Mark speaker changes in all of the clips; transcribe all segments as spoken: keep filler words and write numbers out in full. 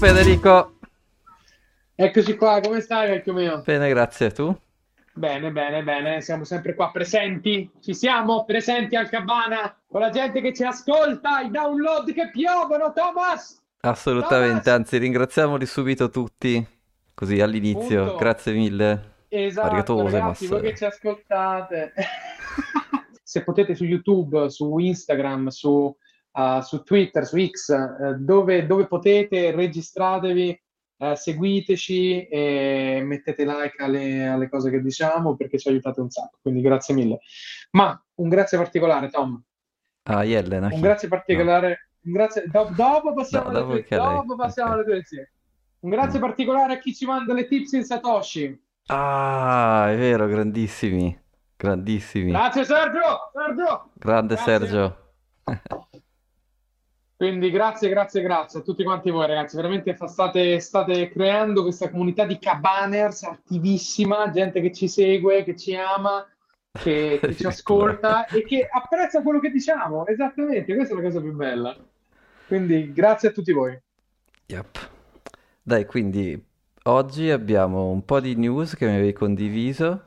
Speaker 1: Federico.
Speaker 2: Eccoci qua, come stai, vecchio mio?
Speaker 1: Bene, grazie. Tu?
Speaker 2: Bene, bene, bene, siamo sempre qua presenti. Ci siamo presenti al Cabana con la gente che ci ascolta, i download che piovono, Thomas!
Speaker 1: Assolutamente,
Speaker 2: Thomas!
Speaker 1: anzi, ringraziamoli subito tutti, così all'inizio.
Speaker 2: Punto.
Speaker 1: Grazie mille.
Speaker 2: Esatto,
Speaker 1: Arigato
Speaker 2: ragazzi, voi che
Speaker 1: gozaimasu.
Speaker 2: ci ascoltate. Se potete su YouTube, su Instagram, su, uh, su Twitter, su X, eh, dove, dove potete, registratevi, eh, seguiteci e mettete like alle, alle cose che diciamo perché ci aiutate un sacco. Quindi grazie mille. Ma un grazie particolare, Tom.
Speaker 1: Ah, Yellen, a
Speaker 2: Un
Speaker 1: chi?
Speaker 2: grazie
Speaker 1: No.
Speaker 2: particolare. Un grazie, do- dopo
Speaker 1: No,
Speaker 2: passiamo alle
Speaker 1: dopo
Speaker 2: tue,
Speaker 1: che a lei.
Speaker 2: dopo passiamo
Speaker 1: Ok.
Speaker 2: alle tue insieme. Un
Speaker 1: Mm.
Speaker 2: grazie particolare a chi ci manda le tips in Satoshi.
Speaker 1: Ah, è vero, grandissimi. Grandissimi.
Speaker 2: Grazie Sergio! Sergio!
Speaker 1: Grande
Speaker 2: Grazie.
Speaker 1: Sergio.
Speaker 2: Quindi grazie, grazie, grazie a tutti quanti voi ragazzi, veramente fa- state, state creando questa comunità di cabaners attivissima, gente che ci segue, che ci ama, che, che ci
Speaker 1: Addirittura.
Speaker 2: ascolta e che apprezza quello che diciamo, esattamente, questa è la cosa più bella. Quindi grazie a tutti voi.
Speaker 1: Yep. Dai, quindi oggi abbiamo un po' di news che mi avevi condiviso.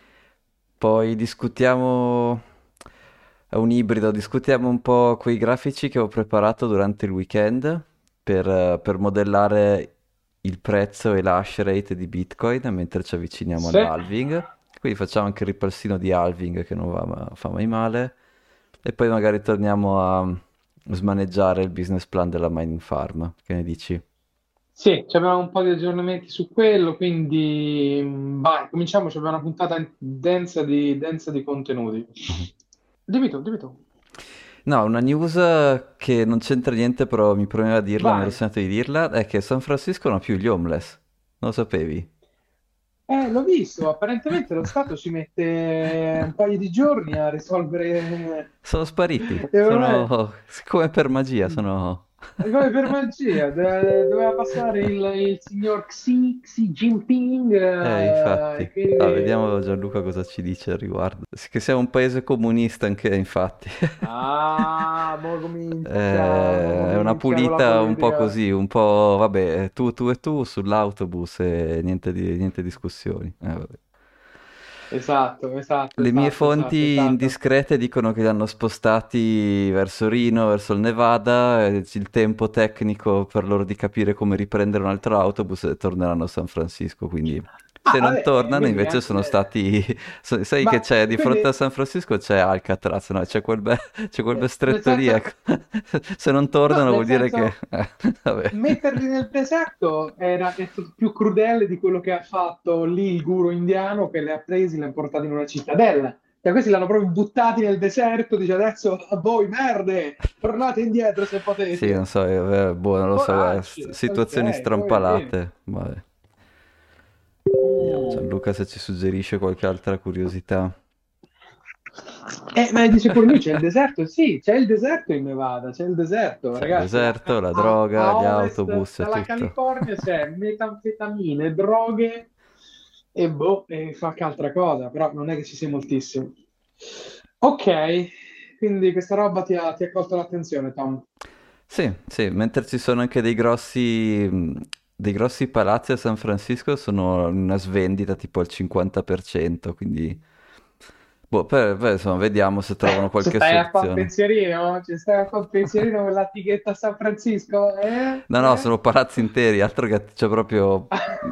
Speaker 1: Poi discutiamo, è un ibrido, discutiamo un po' quei grafici che ho preparato durante il weekend per, eh, per modellare il prezzo e la hash rate di Bitcoin mentre ci avviciniamo
Speaker 2: Sì.
Speaker 1: all'halving. Quindi facciamo anche il ripalsino di halving che non va, ma- fa mai male. E poi magari torniamo a smaneggiare il business plan della mining farm. Che ne dici?
Speaker 2: Sì, ci abbiamo un po' di aggiornamenti su quello, quindi mh, vai, cominciamo, c'è una puntata densa di, densa di contenuti.
Speaker 1: Mhm.
Speaker 2: Dimmi tu, dimmi tu.
Speaker 1: No, una news eh, che non c'entra niente, però mi premeva dirla, mi ero
Speaker 2: Vai.
Speaker 1: segnato di dirla, è che San Francisco non ha più gli homeless. Non lo sapevi?
Speaker 2: Eh, l'ho visto, apparentemente lo Stato ci mette un paio di giorni a risolvere
Speaker 1: Sono spariti.
Speaker 2: i problemi.
Speaker 1: Sono come per magia, sono...
Speaker 2: Come per magia, de- doveva passare il, il signor Xi, Xi Jinping,
Speaker 1: Eh,
Speaker 2: eh,
Speaker 1: infatti.
Speaker 2: e
Speaker 1: Ah,
Speaker 2: quindi...
Speaker 1: vediamo Gianluca cosa ci dice al riguardo. Sì, che siamo un paese comunista anche, infatti.
Speaker 2: Ah, mo comincia, mo
Speaker 1: Eh, è una
Speaker 2: comincia con la
Speaker 1: pulita un po'
Speaker 2: politica.
Speaker 1: così, un po', vabbè, tu, tu e tu sull'autobus e niente, di, niente discussioni. Eh, vabbè.
Speaker 2: Esatto, esatto,
Speaker 1: Le mie
Speaker 2: esatto, esatto,
Speaker 1: fonti
Speaker 2: esatto.
Speaker 1: indiscrete dicono che li hanno spostati verso Reno, verso il Nevada, e il tempo tecnico per loro di capire come riprendere un altro autobus e torneranno a San Francisco, quindi
Speaker 2: Ah,
Speaker 1: se non
Speaker 2: vabbè,
Speaker 1: tornano
Speaker 2: quindi
Speaker 1: invece sono
Speaker 2: neanche...
Speaker 1: stati... so- sai che
Speaker 2: Ma
Speaker 1: c'è di fronte a
Speaker 2: quindi,
Speaker 1: San Francisco c'è Alcatraz, no? C'è quel, be- c'è quel bel
Speaker 2: eh, nel
Speaker 1: stretto lì, ecco.
Speaker 2: senso...
Speaker 1: Se non
Speaker 2: No,
Speaker 1: tornano
Speaker 2: nel
Speaker 1: vuol dire che...
Speaker 2: senso...
Speaker 1: eh, vabbè.
Speaker 2: Metterli nel deserto era, è stato più crudele di quello che ha fatto lì il guru indiano che li ha presi e li ha portati in una cittadella. Cioè, questi l'hanno proprio buttati nel deserto, dice adesso a voi merde, tornate indietro se
Speaker 1: Sì, non
Speaker 2: potete.
Speaker 1: so, eh, eh, boh, non lo so, guarda, st-
Speaker 2: Poracci,
Speaker 1: situazioni
Speaker 2: ok, poverini.
Speaker 1: strampalate, vabbè. Vediamo,
Speaker 2: Mm.
Speaker 1: Gianluca se ci suggerisce qualche altra curiosità.
Speaker 2: Eh, ma dice pure lui, c'è il deserto? Sì, c'è il deserto in Nevada, c'è il deserto,
Speaker 1: C'è il
Speaker 2: ragazzi. A,
Speaker 1: deserto,
Speaker 2: a-
Speaker 1: la
Speaker 2: a-
Speaker 1: droga,
Speaker 2: a
Speaker 1: gli
Speaker 2: ovest
Speaker 1: autobus e
Speaker 2: dalla
Speaker 1: tutto.
Speaker 2: California c'è metanfetamine, droghe e boh, e qualche altra cosa, però non è che ci sia moltissimo. Ok, quindi questa roba ti ha, ti ha colto l'attenzione, Tom.
Speaker 1: Sì, sì, mentre ci sono anche dei grossi, mh, dei grossi palazzi a San Francisco, sono in una svendita tipo al cinquanta per cento, quindi... Boh, per, per- insomma, vediamo se trovano
Speaker 2: Ci
Speaker 1: qualche
Speaker 2: stai a fare un
Speaker 1: soluzione.
Speaker 2: pensierino? Ci stai a fare un pensierino con l'etichetta San Francisco? Eh?
Speaker 1: No, no,
Speaker 2: Eh?
Speaker 1: sono palazzi interi, altro che c'è proprio...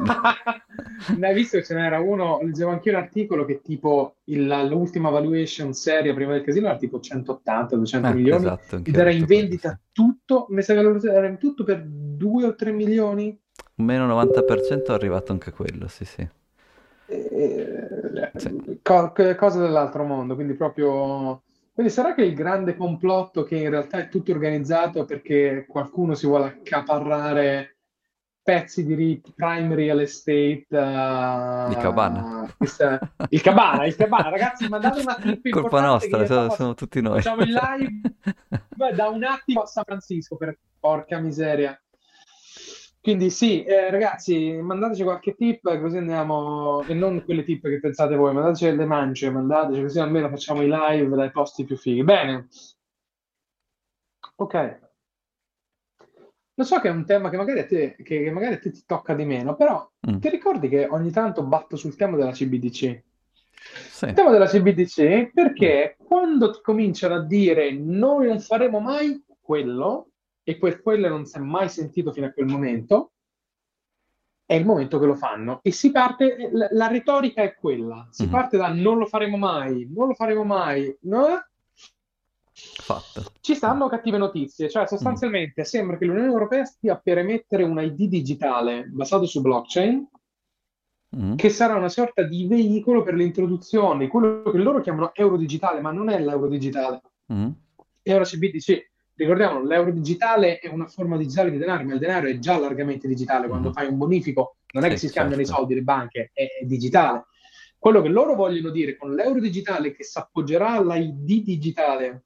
Speaker 2: Ne hai visto che ce n'era uno, leggevo anche un articolo che tipo il- l'ultima valuation seria prima del casino era tipo centottanta duecento
Speaker 1: Eh,
Speaker 2: milioni
Speaker 1: esatto, anche
Speaker 2: ed
Speaker 1: io ho
Speaker 2: era in
Speaker 1: letto quello, sì.
Speaker 2: vendita tutto, mi sa che lo- era in tutto per due o tre milioni.
Speaker 1: Un meno novanta per cento è arrivato anche quello, sì, sì.
Speaker 2: Eh,
Speaker 1: Sì.
Speaker 2: co- che- cose dell'altro mondo, quindi proprio... Quindi sarà che il grande complotto che in realtà è tutto organizzato perché qualcuno si vuole accaparrare pezzi di ri- prime real estate,
Speaker 1: Di Cabana.
Speaker 2: eh, questa- il Cabana, il Cabana, ragazzi, mandate una trip
Speaker 1: Colpa
Speaker 2: importante che
Speaker 1: nostra,
Speaker 2: io e
Speaker 1: siamo,
Speaker 2: Thomas
Speaker 1: siamo tutti noi.
Speaker 2: facciamo il live da un attimo a San Francisco, per porca miseria. Quindi sì, eh, ragazzi, mandateci qualche tip così andiamo, e non quelle tip che pensate voi, mandateci le mance, mandateci così almeno facciamo i live dai posti più fighi. Bene, ok. Lo so che è un tema che magari a te, che magari a te ti tocca di meno, però
Speaker 1: Mm,
Speaker 2: ti ricordi che ogni tanto batto sul tema della C B D C?
Speaker 1: sì,
Speaker 2: Il tema della C B D C
Speaker 1: eh,
Speaker 2: perché quando ti cominciano a dire noi non faremo mai quello, e quel quello non si è mai sentito fino a quel momento, è il momento che lo fanno. E si parte, la, la retorica è quella, si
Speaker 1: mhm,
Speaker 2: parte da non lo faremo mai, non lo faremo mai, no?
Speaker 1: fatto.
Speaker 2: Ci
Speaker 1: Eh,
Speaker 2: stanno cattive notizie, cioè
Speaker 1: mm,
Speaker 2: sostanzialmente sembra che l'Unione Europea stia per emettere un I D digitale basato su blockchain,
Speaker 1: mm,
Speaker 2: che sarà una sorta di veicolo per l'introduzione di quello che loro chiamano euro digitale, ma non è l'euro digitale,
Speaker 1: mm,
Speaker 2: è ora C B D C. Ricordiamo, l'euro digitale è una forma digitale di denaro, ma il denaro è già largamente digitale. Quando
Speaker 1: mhm.
Speaker 2: fai un bonifico, non è che
Speaker 1: Sì,
Speaker 2: si scambiano i
Speaker 1: certo.
Speaker 2: soldi, le banche, è, è digitale. Quello che loro vogliono dire con l'euro digitale che si appoggerà all'I D digitale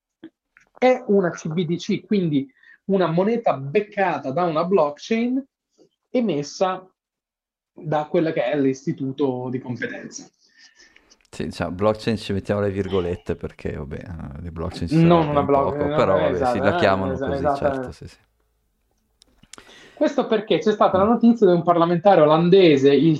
Speaker 2: è una C B D C, quindi una moneta beccata da una blockchain emessa da quella che è l'istituto di competenza.
Speaker 1: Sì, diciamo, blockchain ci mettiamo le virgolette perché, vabbè, eh, di blockchain ci sarà
Speaker 2: Non una
Speaker 1: ben
Speaker 2: blockchain,
Speaker 1: poco,
Speaker 2: no,
Speaker 1: però vabbè, sì,
Speaker 2: esatto,
Speaker 1: la
Speaker 2: eh,
Speaker 1: chiamano
Speaker 2: es-
Speaker 1: così, certo,
Speaker 2: esattamente.
Speaker 1: sì, sì.
Speaker 2: Questo perché c'è stata la
Speaker 1: Mm,
Speaker 2: notizia di un parlamentare olandese, il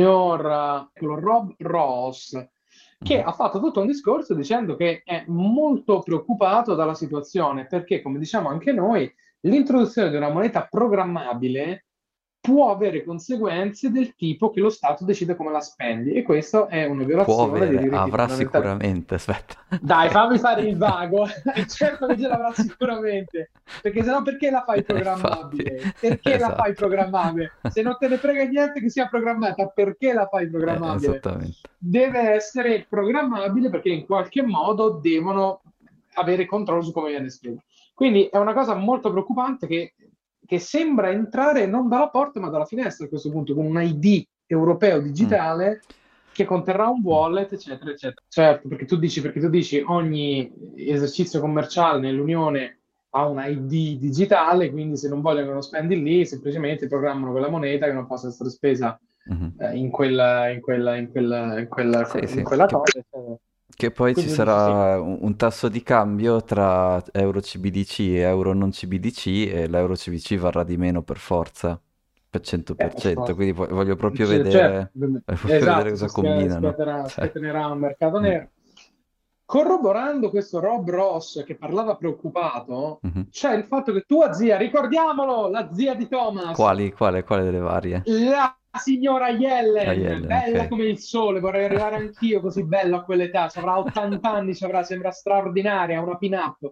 Speaker 2: signor eh, Rob Ross, che
Speaker 1: mhm.
Speaker 2: ha fatto tutto un discorso dicendo che è molto preoccupato dalla situazione, perché, come diciamo anche noi, l'introduzione di una moneta programmabile può avere conseguenze del tipo che lo Stato decide come la spendi, e questo è una
Speaker 1: Può
Speaker 2: violazione dei
Speaker 1: avere,
Speaker 2: diritti
Speaker 1: avrà
Speaker 2: fondamentali.
Speaker 1: sicuramente, aspetta,
Speaker 2: Dai,
Speaker 1: ok.
Speaker 2: fammi fare il vago. E certo che ce l'avrà sicuramente. Perché sennò perché la fai
Speaker 1: Eh, infatti,
Speaker 2: programmabile? Perché la fai
Speaker 1: esatto.
Speaker 2: programmabile? Se non te ne frega niente che sia programmata, perché la fai
Speaker 1: Eh,
Speaker 2: programmabile?
Speaker 1: esattamente.
Speaker 2: Deve essere programmabile perché in qualche modo devono avere controllo su come viene speso. Quindi è una cosa molto preoccupante che, che sembra entrare non dalla porta ma dalla finestra a questo punto, con un I D europeo
Speaker 1: Mm,
Speaker 2: digitale che conterrà un
Speaker 1: mm.
Speaker 2: wallet, eccetera, eccetera. Certo, perché tu dici, perché tu dici ogni esercizio commerciale nell'Unione ha un I D digitale, quindi se non vogliono che lo spendi lì, semplicemente programmano quella moneta che non possa essere spesa
Speaker 1: Mhm.
Speaker 2: eh, in quella, in quella, in quella, in quella,
Speaker 1: Sì,
Speaker 2: in
Speaker 1: sì,
Speaker 2: quella
Speaker 1: che,
Speaker 2: cosa, eccetera.
Speaker 1: che poi ci
Speaker 2: Quindi tu dici sì.
Speaker 1: sarà un, un tasso di cambio tra euro C B D C e euro non C B D C e l'euro C B D C varrà di meno per forza, per
Speaker 2: Eh, per
Speaker 1: cento per cento,
Speaker 2: forza.
Speaker 1: quindi vo- voglio proprio
Speaker 2: Cioè, certo,
Speaker 1: vedere, voglio proprio vedere
Speaker 2: esatto, si
Speaker 1: cosa
Speaker 2: schia-
Speaker 1: combinano.
Speaker 2: schiaterà-
Speaker 1: Cioè,
Speaker 2: scatenerà un mercato
Speaker 1: mm,
Speaker 2: nero. Corroborando questo Rob Ross che parlava preoccupato,
Speaker 1: mhm.
Speaker 2: c'è il fatto che tua zia, ricordiamolo, la zia di Thomas,
Speaker 1: Quali, quale, quale delle varie?
Speaker 2: la signora
Speaker 1: Ah,
Speaker 2: Yellen,
Speaker 1: Yellen,
Speaker 2: bella
Speaker 1: ok.
Speaker 2: come il sole, vorrei arrivare anch'io così bello a quell'età, ci avrà ottanta anni, ci avrà, sembra straordinaria, una pin-up.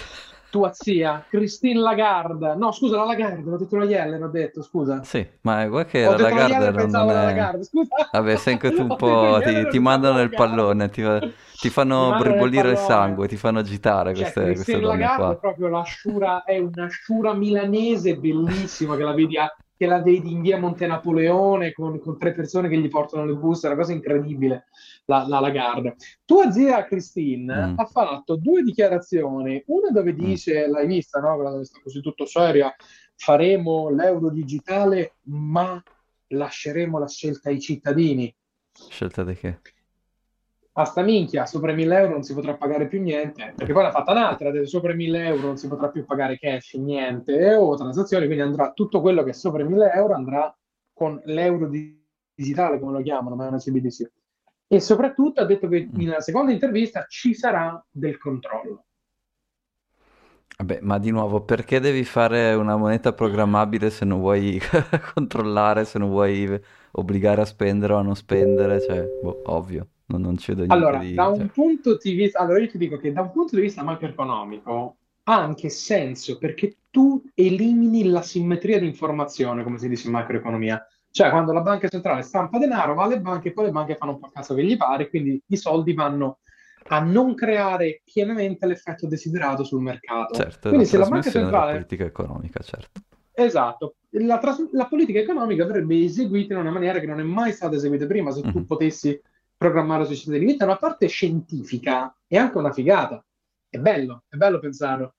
Speaker 2: Tua zia, Christine Lagarde, no scusa, la Lagarde, ho detto la Yellen, ho detto, scusa.
Speaker 1: Sì, ma guarda che
Speaker 2: Ho
Speaker 1: la
Speaker 2: detto la
Speaker 1: Lagarde
Speaker 2: Yellen,
Speaker 1: non, non
Speaker 2: pensavo alla
Speaker 1: è...
Speaker 2: Lagarde, scusa.
Speaker 1: Vabbè, sei anche tu un
Speaker 2: Ho detto
Speaker 1: po'...
Speaker 2: Yellen,
Speaker 1: Ti,
Speaker 2: ho
Speaker 1: ti
Speaker 2: pensato
Speaker 1: mandano
Speaker 2: alla
Speaker 1: nel
Speaker 2: Lagarde.
Speaker 1: pallone, ti, fa- ti
Speaker 2: Mi
Speaker 1: fanno
Speaker 2: mandano nel
Speaker 1: borbollire il
Speaker 2: pallone.
Speaker 1: sangue, ti fanno agitare
Speaker 2: Cioè,
Speaker 1: queste, queste
Speaker 2: Christine
Speaker 1: donne
Speaker 2: Lagarde è
Speaker 1: qua.
Speaker 2: proprio la sciura, è una sciura milanese bellissima che la vedi, a- che la vedi in via Monte Napoleone con, con tre persone che gli portano le buste, è una cosa incredibile, la, la Lagarde. Tua zia Christine
Speaker 1: Mm,
Speaker 2: ha fatto due dichiarazioni, una dove
Speaker 1: mm.
Speaker 2: dice, l'hai vista, no? Quella dove sta così tutto seria, faremo l'euro digitale, ma lasceremo la scelta ai cittadini.
Speaker 1: Scelta di che?
Speaker 2: A sta minchia, sopra i mille euro non si potrà pagare più niente, perché poi ne ha fatta un'altra, ha detto sopra i mille euro non si potrà più pagare cash, niente, o transazioni, quindi andrà tutto quello che è sopra i mille euro andrà con l'euro di- digitale, come lo chiamano, ma è una C B D C. E soprattutto ha detto che
Speaker 1: Mm.
Speaker 2: nella seconda intervista ci sarà del controllo.
Speaker 1: Vabbè, ma di nuovo, perché devi fare una moneta programmabile se non vuoi controllare, se non vuoi obbligare a spendere o a non spendere? Cioè, boh, ovvio, non, non ci vedo niente
Speaker 2: Allora, da
Speaker 1: di... Cioè...
Speaker 2: un punto di vista, allora io ti dico che da un punto di vista macroeconomico ha anche senso perché tu elimini la simmetria di informazione, come si dice in macroeconomia. Cioè, quando la banca centrale stampa denaro, va alle banche e poi le banche fanno un po' a caso che gli pare, quindi i soldi vanno a non creare pienamente l'effetto desiderato sul mercato.
Speaker 1: Certo, è la
Speaker 2: Quindi se la banca
Speaker 1: trasmissione della
Speaker 2: centrale.
Speaker 1: politica economica, certo.
Speaker 2: Esatto, la, tras- la politica economica verrebbe eseguita in una maniera che non è mai stata eseguita prima se tu
Speaker 1: Mhm.
Speaker 2: potessi programmare sui cittadini. Questa è una parte scientifica e anche una figata. È bello, è bello pensarlo.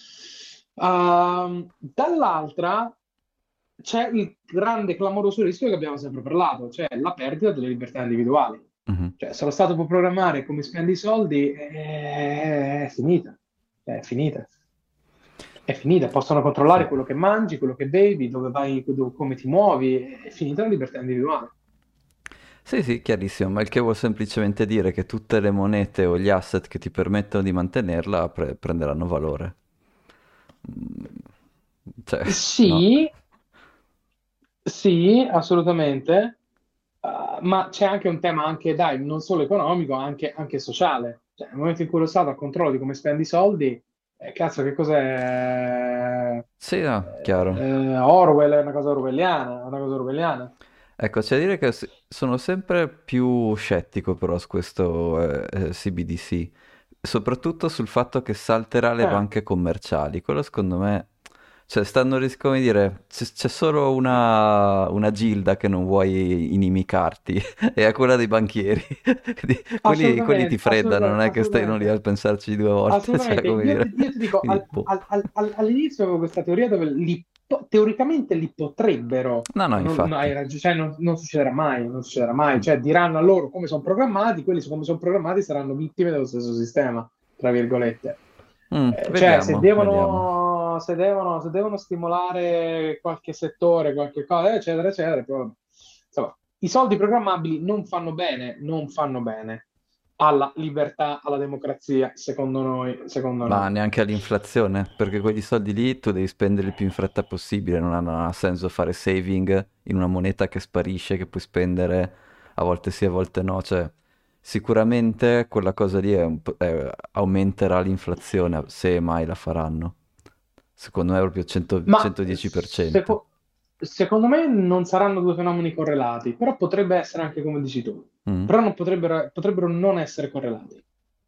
Speaker 2: Ehm, dall'altra c'è il grande clamoroso rischio che abbiamo sempre parlato, cioè la perdita delle libertà individuali.
Speaker 1: Mhm.
Speaker 2: Cioè, se lo Stato può programmare come spendi i soldi, è, è finita. È finita. è finita, possono
Speaker 1: Sì.
Speaker 2: controllare quello che mangi, quello che bevi, dove vai, dove- come ti muovi, è finita la libertà individuale.
Speaker 1: Sì, sì, chiarissimo, ma il che vuol semplicemente dire che tutte le monete o gli asset che ti permettono di mantenerla pre- prenderanno valore. Mm, Cioè, no.
Speaker 2: Sì, sì, assolutamente. Uh, ma c'è anche un tema anche, dai, non solo economico, anche, anche sociale. Cioè, nel momento in cui lo Stato ha controllo di come spendi i soldi, eh, cazzo, che cos'è?
Speaker 1: Sì, no,
Speaker 2: Eh,
Speaker 1: chiaro.
Speaker 2: eh, Orwell è una cosa orwelliana, è una cosa orwelliana.
Speaker 1: Ecco, c'è da dire che s- sono sempre più scettico però su questo eh, eh, C B D C, soprattutto sul fatto che salterà le
Speaker 2: Eh,
Speaker 1: banche commerciali. Quello secondo me, cioè stanno, ris- come dire, c'è c'è solo una, una gilda che non vuoi inimicarti, e è quella dei banchieri. Quindi quelli, quelli ti
Speaker 2: assolutamente,
Speaker 1: freddano, non
Speaker 2: assoluta-
Speaker 1: è che stai non lì
Speaker 2: assolutamente.
Speaker 1: a pensarci due volte, cioè
Speaker 2: Assolutamente,
Speaker 1: come
Speaker 2: io ti,
Speaker 1: dire.
Speaker 2: io ti dico,
Speaker 1: Quindi,
Speaker 2: al-
Speaker 1: boh.
Speaker 2: al- al- al- all'inizio avevo questa teoria dove li, po- teoricamente li potrebbero,
Speaker 1: No, no,
Speaker 2: ma non, no, hai
Speaker 1: infatti.
Speaker 2: ragione, cioè non, non succederà mai, non succederà mai,
Speaker 1: Mm.
Speaker 2: cioè diranno a loro come sono programmati, quelli su come sono programmati saranno vittime dello stesso sistema, tra virgolette.
Speaker 1: Mm,
Speaker 2: Eh, cioè, se
Speaker 1: vediamo, vediamo.
Speaker 2: devono, se devono, se devono stimolare qualche settore, qualche cosa, eccetera, eccetera, poi, insomma, i soldi programmabili non fanno bene, non fanno bene alla libertà, alla democrazia, secondo noi, secondo
Speaker 1: Ma
Speaker 2: noi.
Speaker 1: neanche all'inflazione, perché quegli soldi lì tu devi spenderli il più in fretta possibile, non ha, non ha senso fare saving in una moneta che sparisce, che puoi spendere a volte sì, a volte no, cioè sicuramente quella cosa lì è un po'- è- aumenterà l'inflazione, se mai la faranno. Secondo me è proprio cento
Speaker 2: Ma
Speaker 1: centodieci per cento.
Speaker 2: seco- secondo me non saranno due fenomeni correlati, però potrebbe essere anche come dici tu,
Speaker 1: Mm.
Speaker 2: però non potrebbero, potrebbero non essere correlati.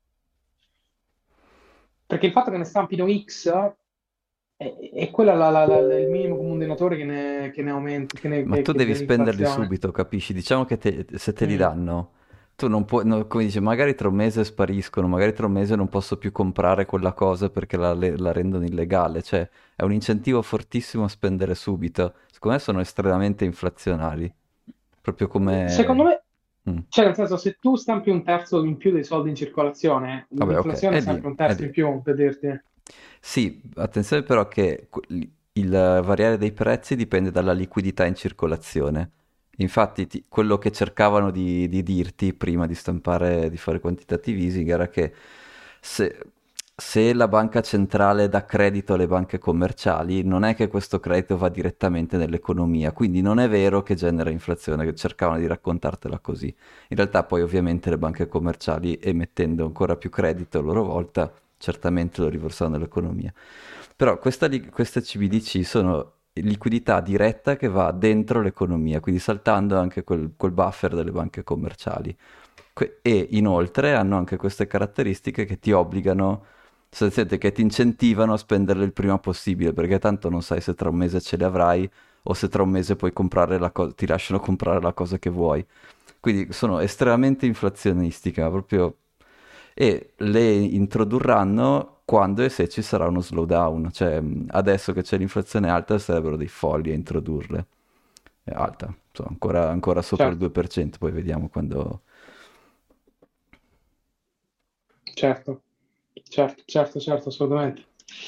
Speaker 2: Perché il fatto che ne stampino X è, è quello la- la- la- il minimo comune denotore che ne, che ne aumenta, che, ne-
Speaker 1: Ma
Speaker 2: che-
Speaker 1: tu
Speaker 2: che
Speaker 1: devi spenderli
Speaker 2: dell'inflazione.
Speaker 1: subito, capisci? Diciamo che te- se te li
Speaker 2: Mm.
Speaker 1: danno, tu non puoi, no, come dici, magari tra un mese spariscono, magari tra un mese non posso più comprare quella cosa perché la, le- la rendono illegale, cioè è un incentivo fortissimo a spendere subito. Secondo me sono estremamente inflazionari, proprio
Speaker 2: Secondo
Speaker 1: come...
Speaker 2: me,
Speaker 1: Mm.
Speaker 2: cioè nel senso, se tu stampi un terzo in più dei soldi in circolazione,
Speaker 1: Vabbè, ok,
Speaker 2: l'inflazione è
Speaker 1: è lì,
Speaker 2: sempre un
Speaker 1: è
Speaker 2: terzo
Speaker 1: lì.
Speaker 2: in più, per dirti.
Speaker 1: Sì, attenzione però che que- il il variare dei prezzi dipende dalla liquidità in circolazione. Infatti, ti- quello che cercavano di, di dirti prima di stampare, di fare quantitative easing era che se, se la banca centrale dà credito alle banche commerciali, non è che questo credito va direttamente nell'economia, quindi non è vero che genera inflazione, che cercavano di raccontartela così. In realtà poi ovviamente le banche commerciali, emettendo ancora più credito a loro volta, certamente lo riversano nell'economia. Però questa li- queste C B D C sono liquidità diretta che va dentro l'economia, quindi saltando anche quel, quel buffer delle banche commerciali. Que- e inoltre hanno anche queste caratteristiche che ti obbligano, sostanzialmente che ti incentivano a spenderle il prima possibile, perché tanto non sai se tra un mese ce le avrai o se tra un mese puoi comprare la cosa, ti lasciano comprare la cosa che vuoi. Quindi sono estremamente inflazionistiche, ma proprio... E le introdurranno quando e se ci sarà uno slowdown, cioè mh, adesso che c'è l'inflazione alta sarebbero dei folli a introdurle. È alta, insomma, ancora, ancora sopra il
Speaker 2: Certo,
Speaker 1: due per cento, poi vediamo quando...
Speaker 2: certo, certo, certo, certo, assolutamente.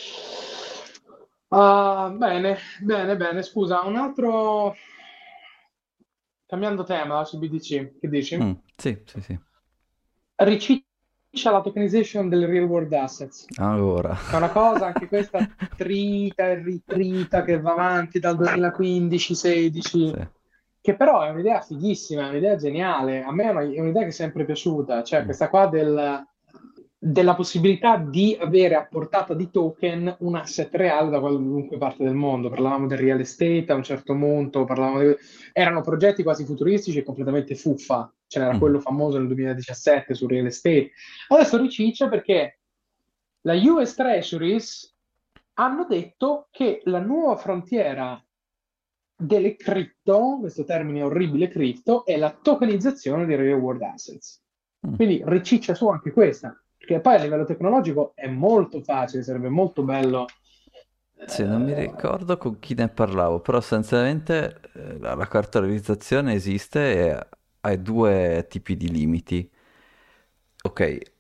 Speaker 2: Ah, bene, bene, bene. Scusa, un altro... Cambiando tema, la C B D C, che dici?
Speaker 1: Mm, sì, sì, sì.
Speaker 2: Riciccia la tokenization del real world assets,
Speaker 1: Allora...
Speaker 2: che è una cosa, anche questa trita e ritrita che va avanti dal duemilaquindici-sedici,
Speaker 1: Sì.
Speaker 2: che però è un'idea fighissima, è un'idea geniale. A me è una- è un'idea che è sempre piaciuta, cioè
Speaker 1: Mm.
Speaker 2: questa qua del- della possibilità di avere a portata di token un asset reale da qualunque parte del mondo. Parlavamo del real estate a un certo punto, parlavamo di... erano progetti quasi futuristici e completamente fuffa. Ce n'era
Speaker 1: Mhm.
Speaker 2: quello famoso nel duemiladiciassette sul real estate. Adesso riciccia perché la U S Treasuries hanno detto che la nuova frontiera delle cripto, questo termine orribile cripto, è la tokenizzazione dei real world assets.
Speaker 1: Mm.
Speaker 2: Quindi riciccia su anche questa, perché poi a livello tecnologico è molto facile, sarebbe molto bello.
Speaker 1: Sì, non mi
Speaker 2: eh,
Speaker 1: ricordo con chi ne parlavo, però sostanzialmente eh, la, la cartolarizzazione esiste e ha due tipi di limiti. Ok,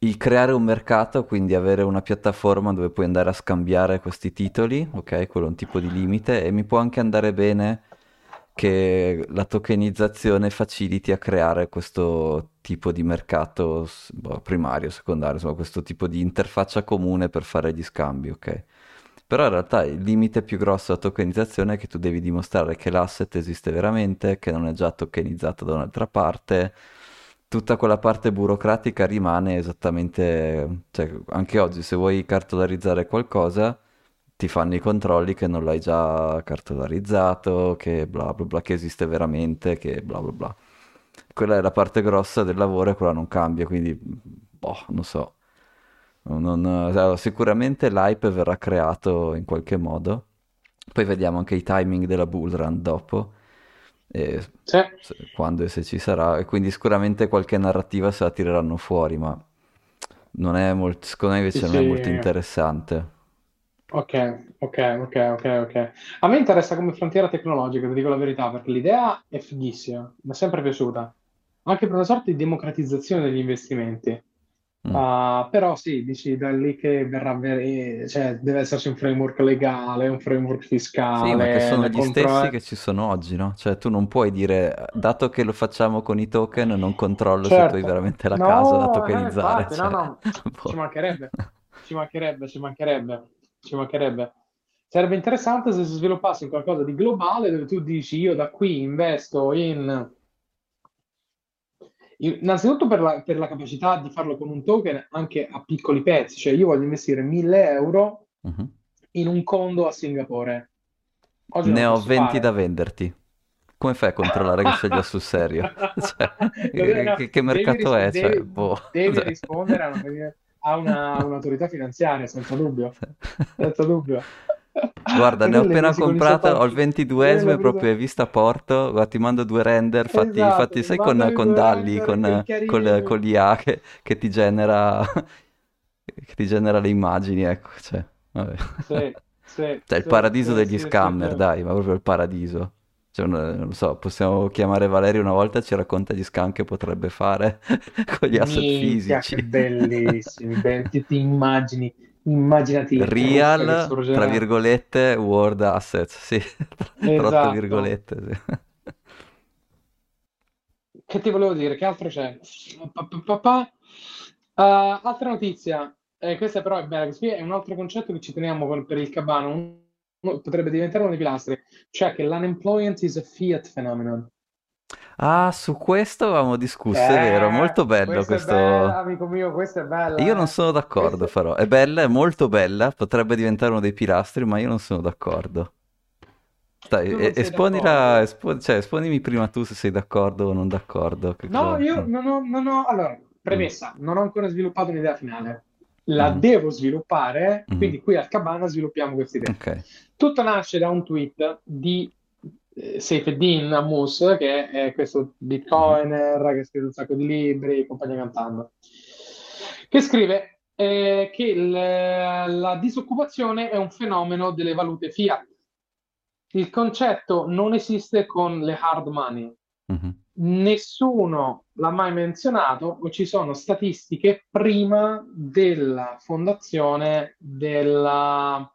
Speaker 1: il creare un mercato, quindi avere una piattaforma dove puoi andare a scambiare questi titoli, ok? Quello è un tipo di limite, e mi può anche andare bene che la tokenizzazione faciliti a creare questo tipo di mercato s- boh, primario, secondario, insomma, questo tipo di interfaccia comune per fare gli scambi, ok? Però in realtà il limite più grosso della tokenizzazione è che tu devi dimostrare che l'asset esiste veramente, che non è già tokenizzato da un'altra parte. Tutta quella parte burocratica rimane esattamente, cioè anche oggi se vuoi cartolarizzare qualcosa ti fanno i controlli che non l'hai già cartolarizzato, che bla bla bla, che esiste veramente, che bla bla bla. Quella è la parte grossa del lavoro e quella non cambia, quindi boh, non so. Non- allora, sicuramente l'hype verrà creato in qualche modo. Poi vediamo anche i timing della bull run dopo, e
Speaker 2: Sì,
Speaker 1: se- quando e se ci sarà. E quindi sicuramente qualche narrativa se la tireranno fuori, ma non è molto, secondo me
Speaker 2: sì,
Speaker 1: invece non è molto
Speaker 2: sì.
Speaker 1: interessante.
Speaker 2: Ok, ok, ok, ok, ok. A me interessa come frontiera tecnologica, ti dico la verità, perché l'idea è fighissima, mi è sempre piaciuta, anche per una sorta di democratizzazione degli investimenti.
Speaker 1: Mm.
Speaker 2: Ah, però sì, dici da lì che verrà, ver- cioè deve esserci un framework legale, un framework
Speaker 1: Sì, ma che
Speaker 2: fiscale,
Speaker 1: sono
Speaker 2: le
Speaker 1: gli stessi
Speaker 2: contro...
Speaker 1: che ci sono oggi, no? Cioè tu non puoi dire, dato che lo facciamo con i token, non controllo se tu hai
Speaker 2: Certo,
Speaker 1: veramente la casa da
Speaker 2: no, eh,
Speaker 1: tokenizzare,
Speaker 2: infatti, no,
Speaker 1: cioè,
Speaker 2: no, ci
Speaker 1: boh.
Speaker 2: mancherebbe, ci mancherebbe, ci mancherebbe, ci mancherebbe. Sarebbe interessante se si sviluppasse qualcosa di globale dove tu dici io da qui investo in... in- Innanzitutto per la, per la capacità di farlo con un token anche a piccoli pezzi, cioè io voglio investire mille euro
Speaker 1: Mhm.
Speaker 2: in un condo a Singapore. Oggi non
Speaker 1: Ne
Speaker 2: lo
Speaker 1: ho
Speaker 2: posso
Speaker 1: venti da
Speaker 2: fare.
Speaker 1: venderti. Come fai a controllare che scegliere sul serio? Cioè,
Speaker 2: Lo de-
Speaker 1: che,
Speaker 2: no,
Speaker 1: che- che
Speaker 2: devi,
Speaker 1: mercato
Speaker 2: rispo-
Speaker 1: è? Cioè,
Speaker 2: devi-
Speaker 1: boh.
Speaker 2: devi
Speaker 1: Cioè.
Speaker 2: rispondere a una- a una- un'autorità finanziaria, senza dubbio. Senza dubbio.
Speaker 1: Guarda, ne ho appena
Speaker 2: Bellissimo, con i
Speaker 1: comprato, ho il
Speaker 2: sottotitoli.
Speaker 1: ventiduesimo e proprio
Speaker 2: Esatto,
Speaker 1: hai visto a Porto, guarda, ti mando due render fatti, fatti,
Speaker 2: mi
Speaker 1: sai, con,
Speaker 2: mandano i
Speaker 1: con
Speaker 2: due
Speaker 1: Dalli,
Speaker 2: render che
Speaker 1: con, col- con
Speaker 2: carini.
Speaker 1: l'I A che, che ti genera, che ti genera le immagini, ecco, cioè, vabbè.
Speaker 2: Sì, sì,
Speaker 1: Cioè, il
Speaker 2: sì,
Speaker 1: paradiso
Speaker 2: sì,
Speaker 1: degli
Speaker 2: sì, sì,
Speaker 1: scammer,
Speaker 2: sì.
Speaker 1: dai, ma proprio il paradiso. Cioè, non, non lo so, possiamo chiamare Valerio una volta, ci racconta gli scam che potrebbe fare con gli asset
Speaker 2: Minchia, che
Speaker 1: fisici.
Speaker 2: bellissimi. Be- ti, ti immagini, immaginati il truffa che
Speaker 1: Real, tra
Speaker 2: sorgerà.
Speaker 1: virgolette, world assets, sì, tra otto
Speaker 2: Esatto.
Speaker 1: virgolette, sì.
Speaker 2: Che ti volevo dire? Che altro c'è? Pa, pa, pa, pa. Uh, altra notizia, eh, questa però è bella, questo qui è un altro concetto che ci teniamo per, per il Cabano, uno- potrebbe diventare uno dei pilastri, cioè che l'unemployment is a fiat phenomenon.
Speaker 1: Ah, su questo avevamo discusso, è vero, molto
Speaker 2: Eh,
Speaker 1: bello
Speaker 2: questa è bella,
Speaker 1: questo.
Speaker 2: amico mio, questa è
Speaker 1: Io non
Speaker 2: bella, eh.
Speaker 1: sono d'accordo,
Speaker 2: Questa...
Speaker 1: però. È bella, è molto bella, potrebbe diventare uno dei pilastri, ma io non sono d'accordo. Dai,
Speaker 2: Tu
Speaker 1: e-
Speaker 2: non sei
Speaker 1: esponila,
Speaker 2: d'accordo?
Speaker 1: espo- cioè, esponimi prima tu se sei d'accordo o non d'accordo. Che
Speaker 2: No,
Speaker 1: cosa...
Speaker 2: io
Speaker 1: Mm,
Speaker 2: non ho, non ho- allora,
Speaker 1: mm,
Speaker 2: premessa, non ho ancora sviluppato un'idea finale. La
Speaker 1: mhm,
Speaker 2: devo sviluppare,
Speaker 1: mhm.
Speaker 2: quindi qui al Cabana sviluppiamo questa idea.
Speaker 1: Ok.
Speaker 2: Tutto nasce da un tweet di eh, Saifeddin Ammous, che è questo
Speaker 1: Mhm,
Speaker 2: bitcoiner che ha scritto un sacco di libri, e compagnia cantando, che scrive eh, che il- la disoccupazione è un fenomeno delle valute fiat. Il concetto non esiste con le hard money.
Speaker 1: mhm.
Speaker 2: Nessuno l'ha mai menzionato o ci sono statistiche prima della fondazione della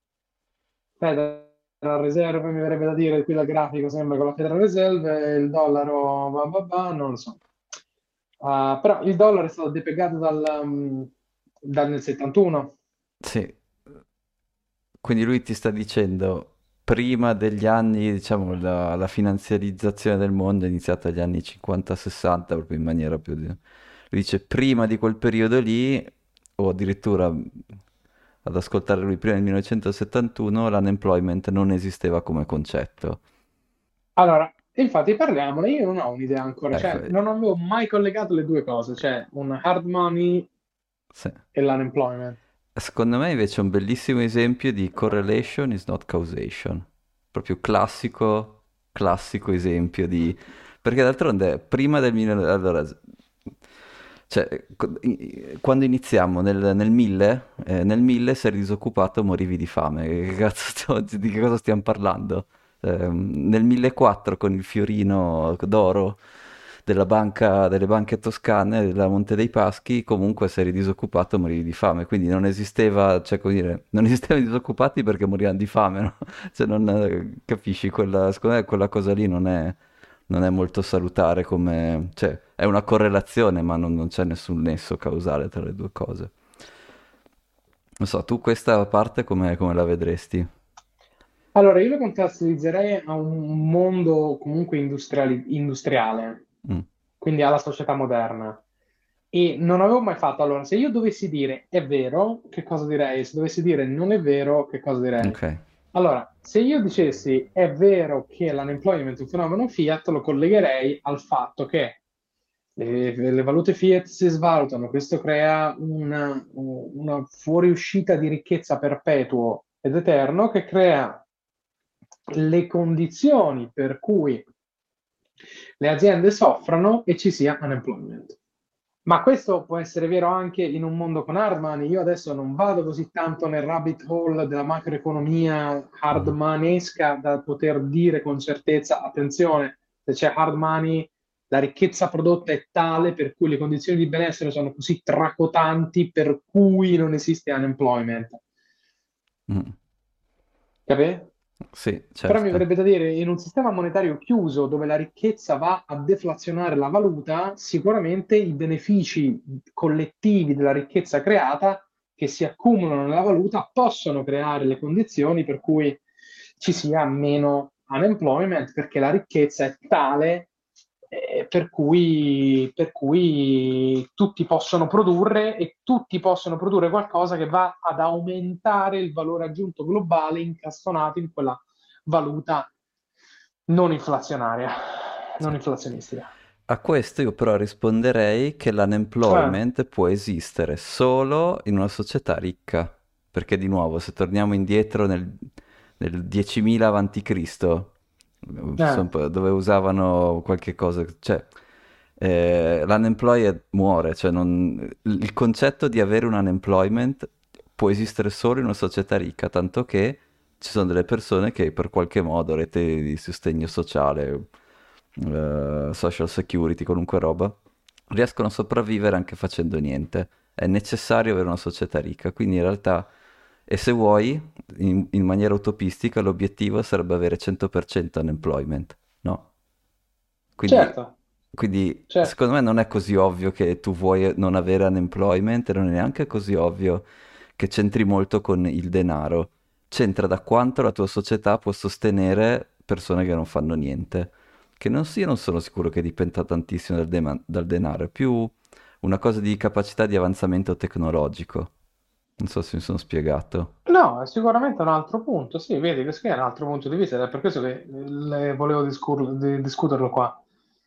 Speaker 2: Federal Reserve, mi verrebbe da dire, qui dal grafico sembra con la Federal Reserve, il dollaro, bah bah bah, non lo so. Ah, però il dollaro è stato depiegato dal, um, dal nel settantuno.
Speaker 1: Sì, quindi lui ti sta dicendo, prima degli anni, diciamo, la, la finanziarizzazione del mondo è iniziata negli anni cinquanta sessanta, proprio in maniera più... Di... Lui dice, prima di quel periodo lì, o addirittura mh, ad ascoltare lui, prima del millenovecentosettantuno, l'unemployment non esisteva come concetto.
Speaker 2: Allora, infatti parliamone, io non ho un'idea ancora,
Speaker 1: Ecco,
Speaker 2: cioè non avevo mai collegato le due cose, cioè un hard money
Speaker 1: sì.
Speaker 2: e l'unemployment.
Speaker 1: Secondo me invece è un bellissimo esempio di correlation is not causation. Proprio classico, classico esempio di... Perché d'altronde prima del mille... Allora, cioè, co- i- quando iniziamo nel, nel mille, eh, nel mille se eri disoccupato morivi di fame. Che cazzo sto- di che cosa stiamo parlando? Ehm, nel millequattrocento con il fiorino d'oro della banca, delle banche toscane, della Monte dei Paschi, comunque se eri disoccupato morivi di fame, quindi non esisteva, cioè come dire, non esistevano i disoccupati perché morivano di fame, no? Cioè non eh, capisci, quella, secondo me quella cosa lì non è, non è molto salutare come, cioè è una correlazione, ma non, non c'è nessun nesso causale tra le due cose. Non so, tu questa parte come, come la vedresti?
Speaker 2: Allora, io lo contestualizzerei a un mondo comunque industriali- industriale,
Speaker 1: Mm,
Speaker 2: quindi alla società moderna. E non avevo mai fatto. Allora, se io dovessi dire è vero, che cosa direi? Se dovessi dire non è vero, che cosa direi?
Speaker 1: ok.
Speaker 2: Allora, se io dicessi è vero che l'unemployment è un fenomeno Fiat, lo collegherei al fatto che le, le valute Fiat si svalutano, questo crea una, una fuoriuscita di ricchezza perpetuo ed eterno che crea le condizioni per cui le aziende soffrano e ci sia unemployment. Ma questo può essere vero anche in un mondo con hard money. Io adesso non vado così tanto nel rabbit hole della macroeconomia hard
Speaker 1: Mhm.
Speaker 2: monesca da poter dire con certezza, attenzione, se c'è hard money, la ricchezza prodotta è tale per cui le condizioni di benessere sono così tracotanti per cui non esiste unemployment.
Speaker 1: Mm.
Speaker 2: Capite?
Speaker 1: Sì,
Speaker 2: Però mi
Speaker 1: certo.
Speaker 2: verrebbe da dire, in un sistema monetario chiuso dove la ricchezza va a deflazionare la valuta, sicuramente i benefici collettivi della ricchezza creata che si accumulano nella valuta possono creare le condizioni per cui ci sia meno unemployment, perché la ricchezza è tale eh, per cui, per cui tutti possono produrre e tutti possono produrre qualcosa che va ad aumentare il valore aggiunto globale incastonato in quella valuta non inflazionaria,
Speaker 1: Sì.
Speaker 2: non inflazionistica.
Speaker 1: A questo io però risponderei che
Speaker 2: Eh,
Speaker 1: l'unemployment può esistere solo in una società ricca, perché di nuovo, se torniamo indietro nel, nel diecimila avanti Cristo,
Speaker 2: eh,
Speaker 1: dove usavano qualche cosa, cioè eh, l'unemployed muore, cioè non- il concetto di avere un unemployment può esistere solo in una società ricca, tanto che ci sono delle persone che per qualche modo, rete di sostegno sociale, eh, social security, qualunque roba, riescono a sopravvivere anche facendo niente. È necessario avere una società ricca, quindi in realtà, e se vuoi, in, in maniera utopistica, l'obiettivo sarebbe avere cento per cento unemployment, no? Quindi,
Speaker 2: certo,
Speaker 1: quindi
Speaker 2: certo.
Speaker 1: secondo me non è così ovvio che tu vuoi non avere unemployment, e non è neanche così ovvio che c'entri molto con il denaro. C'entra da quanto la tua società può sostenere persone che non fanno niente. Che non sia, non sono sicuro che dipenda tantissimo dal, dema- dal denaro, è più una cosa di capacità di avanzamento tecnologico. Non so se mi sono spiegato.
Speaker 2: No, è sicuramente un altro punto, sì, vedi, questo qui è un altro punto di vista ed è per questo che eh, le- volevo discur- di- discuterlo qua.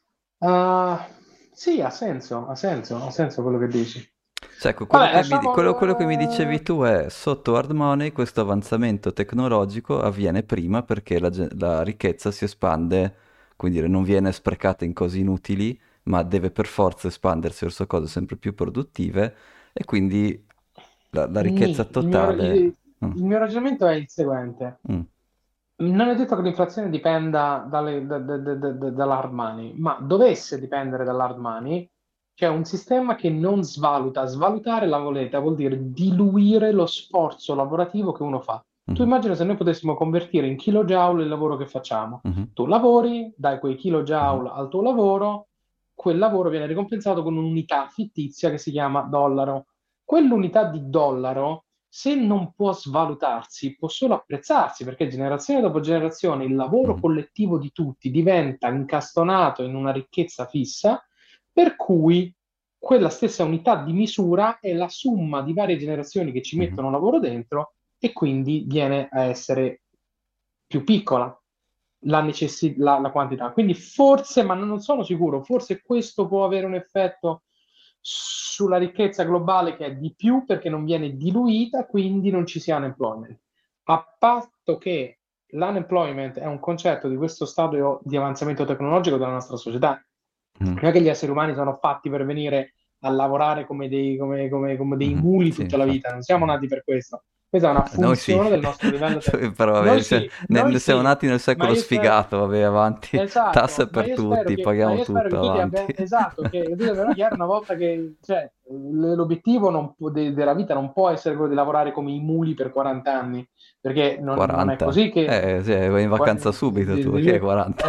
Speaker 2: Ah, sì, ha senso, ha senso, ha senso quello che dici.
Speaker 1: Cioè, ecco, quello
Speaker 2: Vabbè,
Speaker 1: che mi, quello- quello che mi
Speaker 2: lasciamo...
Speaker 1: dicevi
Speaker 2: eh,
Speaker 1: tu è sotto hard money questo avanzamento tecnologico avviene prima perché la, ge- la ricchezza si espande, quindi dire, non viene sprecata in cose inutili, ma deve per forza espandersi verso cose sempre più produttive e quindi la, la ricchezza
Speaker 2: Nì, il mio,
Speaker 1: totale...
Speaker 2: il-
Speaker 1: Mm,
Speaker 2: il mio ragionamento è il seguente.
Speaker 1: mm,
Speaker 2: Non è detto che l'inflazione dipenda dalle- da- da- da- da- da- dall'hard money, ma dovesse dipendere dall'hard money, c'è un sistema che non svaluta. Svalutare la moneta vuol dire diluire lo sforzo lavorativo che uno fa. Tu
Speaker 1: mhm,
Speaker 2: immagina se noi potessimo convertire in kilojoule il lavoro che facciamo.
Speaker 1: mhm,
Speaker 2: Tu lavori, dai quei
Speaker 1: mhm,
Speaker 2: kilojoule al tuo lavoro, quel lavoro viene ricompensato con un'unità fittizia che si chiama dollaro. Quell'unità di dollaro se non può svalutarsi, può solo apprezzarsi, perché generazione dopo generazione il lavoro
Speaker 1: mhm,
Speaker 2: collettivo di tutti diventa incastonato in una ricchezza fissa, per cui quella stessa unità di misura è la somma di varie generazioni che ci
Speaker 1: mhm,
Speaker 2: mettono lavoro dentro e quindi viene a essere più piccola la, necessi- la, la quantità. Quindi forse, ma non sono sicuro, forse questo può avere un effetto sulla ricchezza globale che è di più perché non viene diluita, quindi non ci sia unemployment. A patto che l'unemployment è un concetto di questo stadio di avanzamento tecnologico della nostra società.
Speaker 1: mhm.
Speaker 2: Non è che gli esseri umani sono fatti per venire a lavorare come dei, come, come, come dei
Speaker 1: Mhm.
Speaker 2: muli
Speaker 1: Sì,
Speaker 2: tutta la vita,
Speaker 1: infatti.
Speaker 2: non siamo
Speaker 1: Mhm,
Speaker 2: nati per questo. questa è una
Speaker 1: Noi sì,
Speaker 2: funzione del nostro livello tecnologico.
Speaker 1: però
Speaker 2: Noi
Speaker 1: vabbè, cioè,
Speaker 2: sì,
Speaker 1: ne-
Speaker 2: noi
Speaker 1: siamo
Speaker 2: sì,
Speaker 1: nati nel
Speaker 2: ma
Speaker 1: secolo
Speaker 2: io spero,
Speaker 1: sfigato, vabbè, avanti,
Speaker 2: esatto,
Speaker 1: tasse
Speaker 2: ma
Speaker 1: per
Speaker 2: io spero
Speaker 1: tutti,
Speaker 2: che, ma
Speaker 1: paghiamo
Speaker 2: io spero che
Speaker 1: tutto
Speaker 2: tu ti
Speaker 1: avanti.
Speaker 2: abbia, esatto, che tu ti abbia chiaro una volta che, cioè, l- l'obiettivo non può- de- della vita non può essere quello di lavorare come i muli per quaranta anni, perché non, non è
Speaker 1: quaranta?
Speaker 2: così che...
Speaker 1: Eh, sì, vai in
Speaker 2: qua-
Speaker 1: vacanza subito
Speaker 2: de-
Speaker 1: tu, che è
Speaker 2: de-
Speaker 1: quaranta?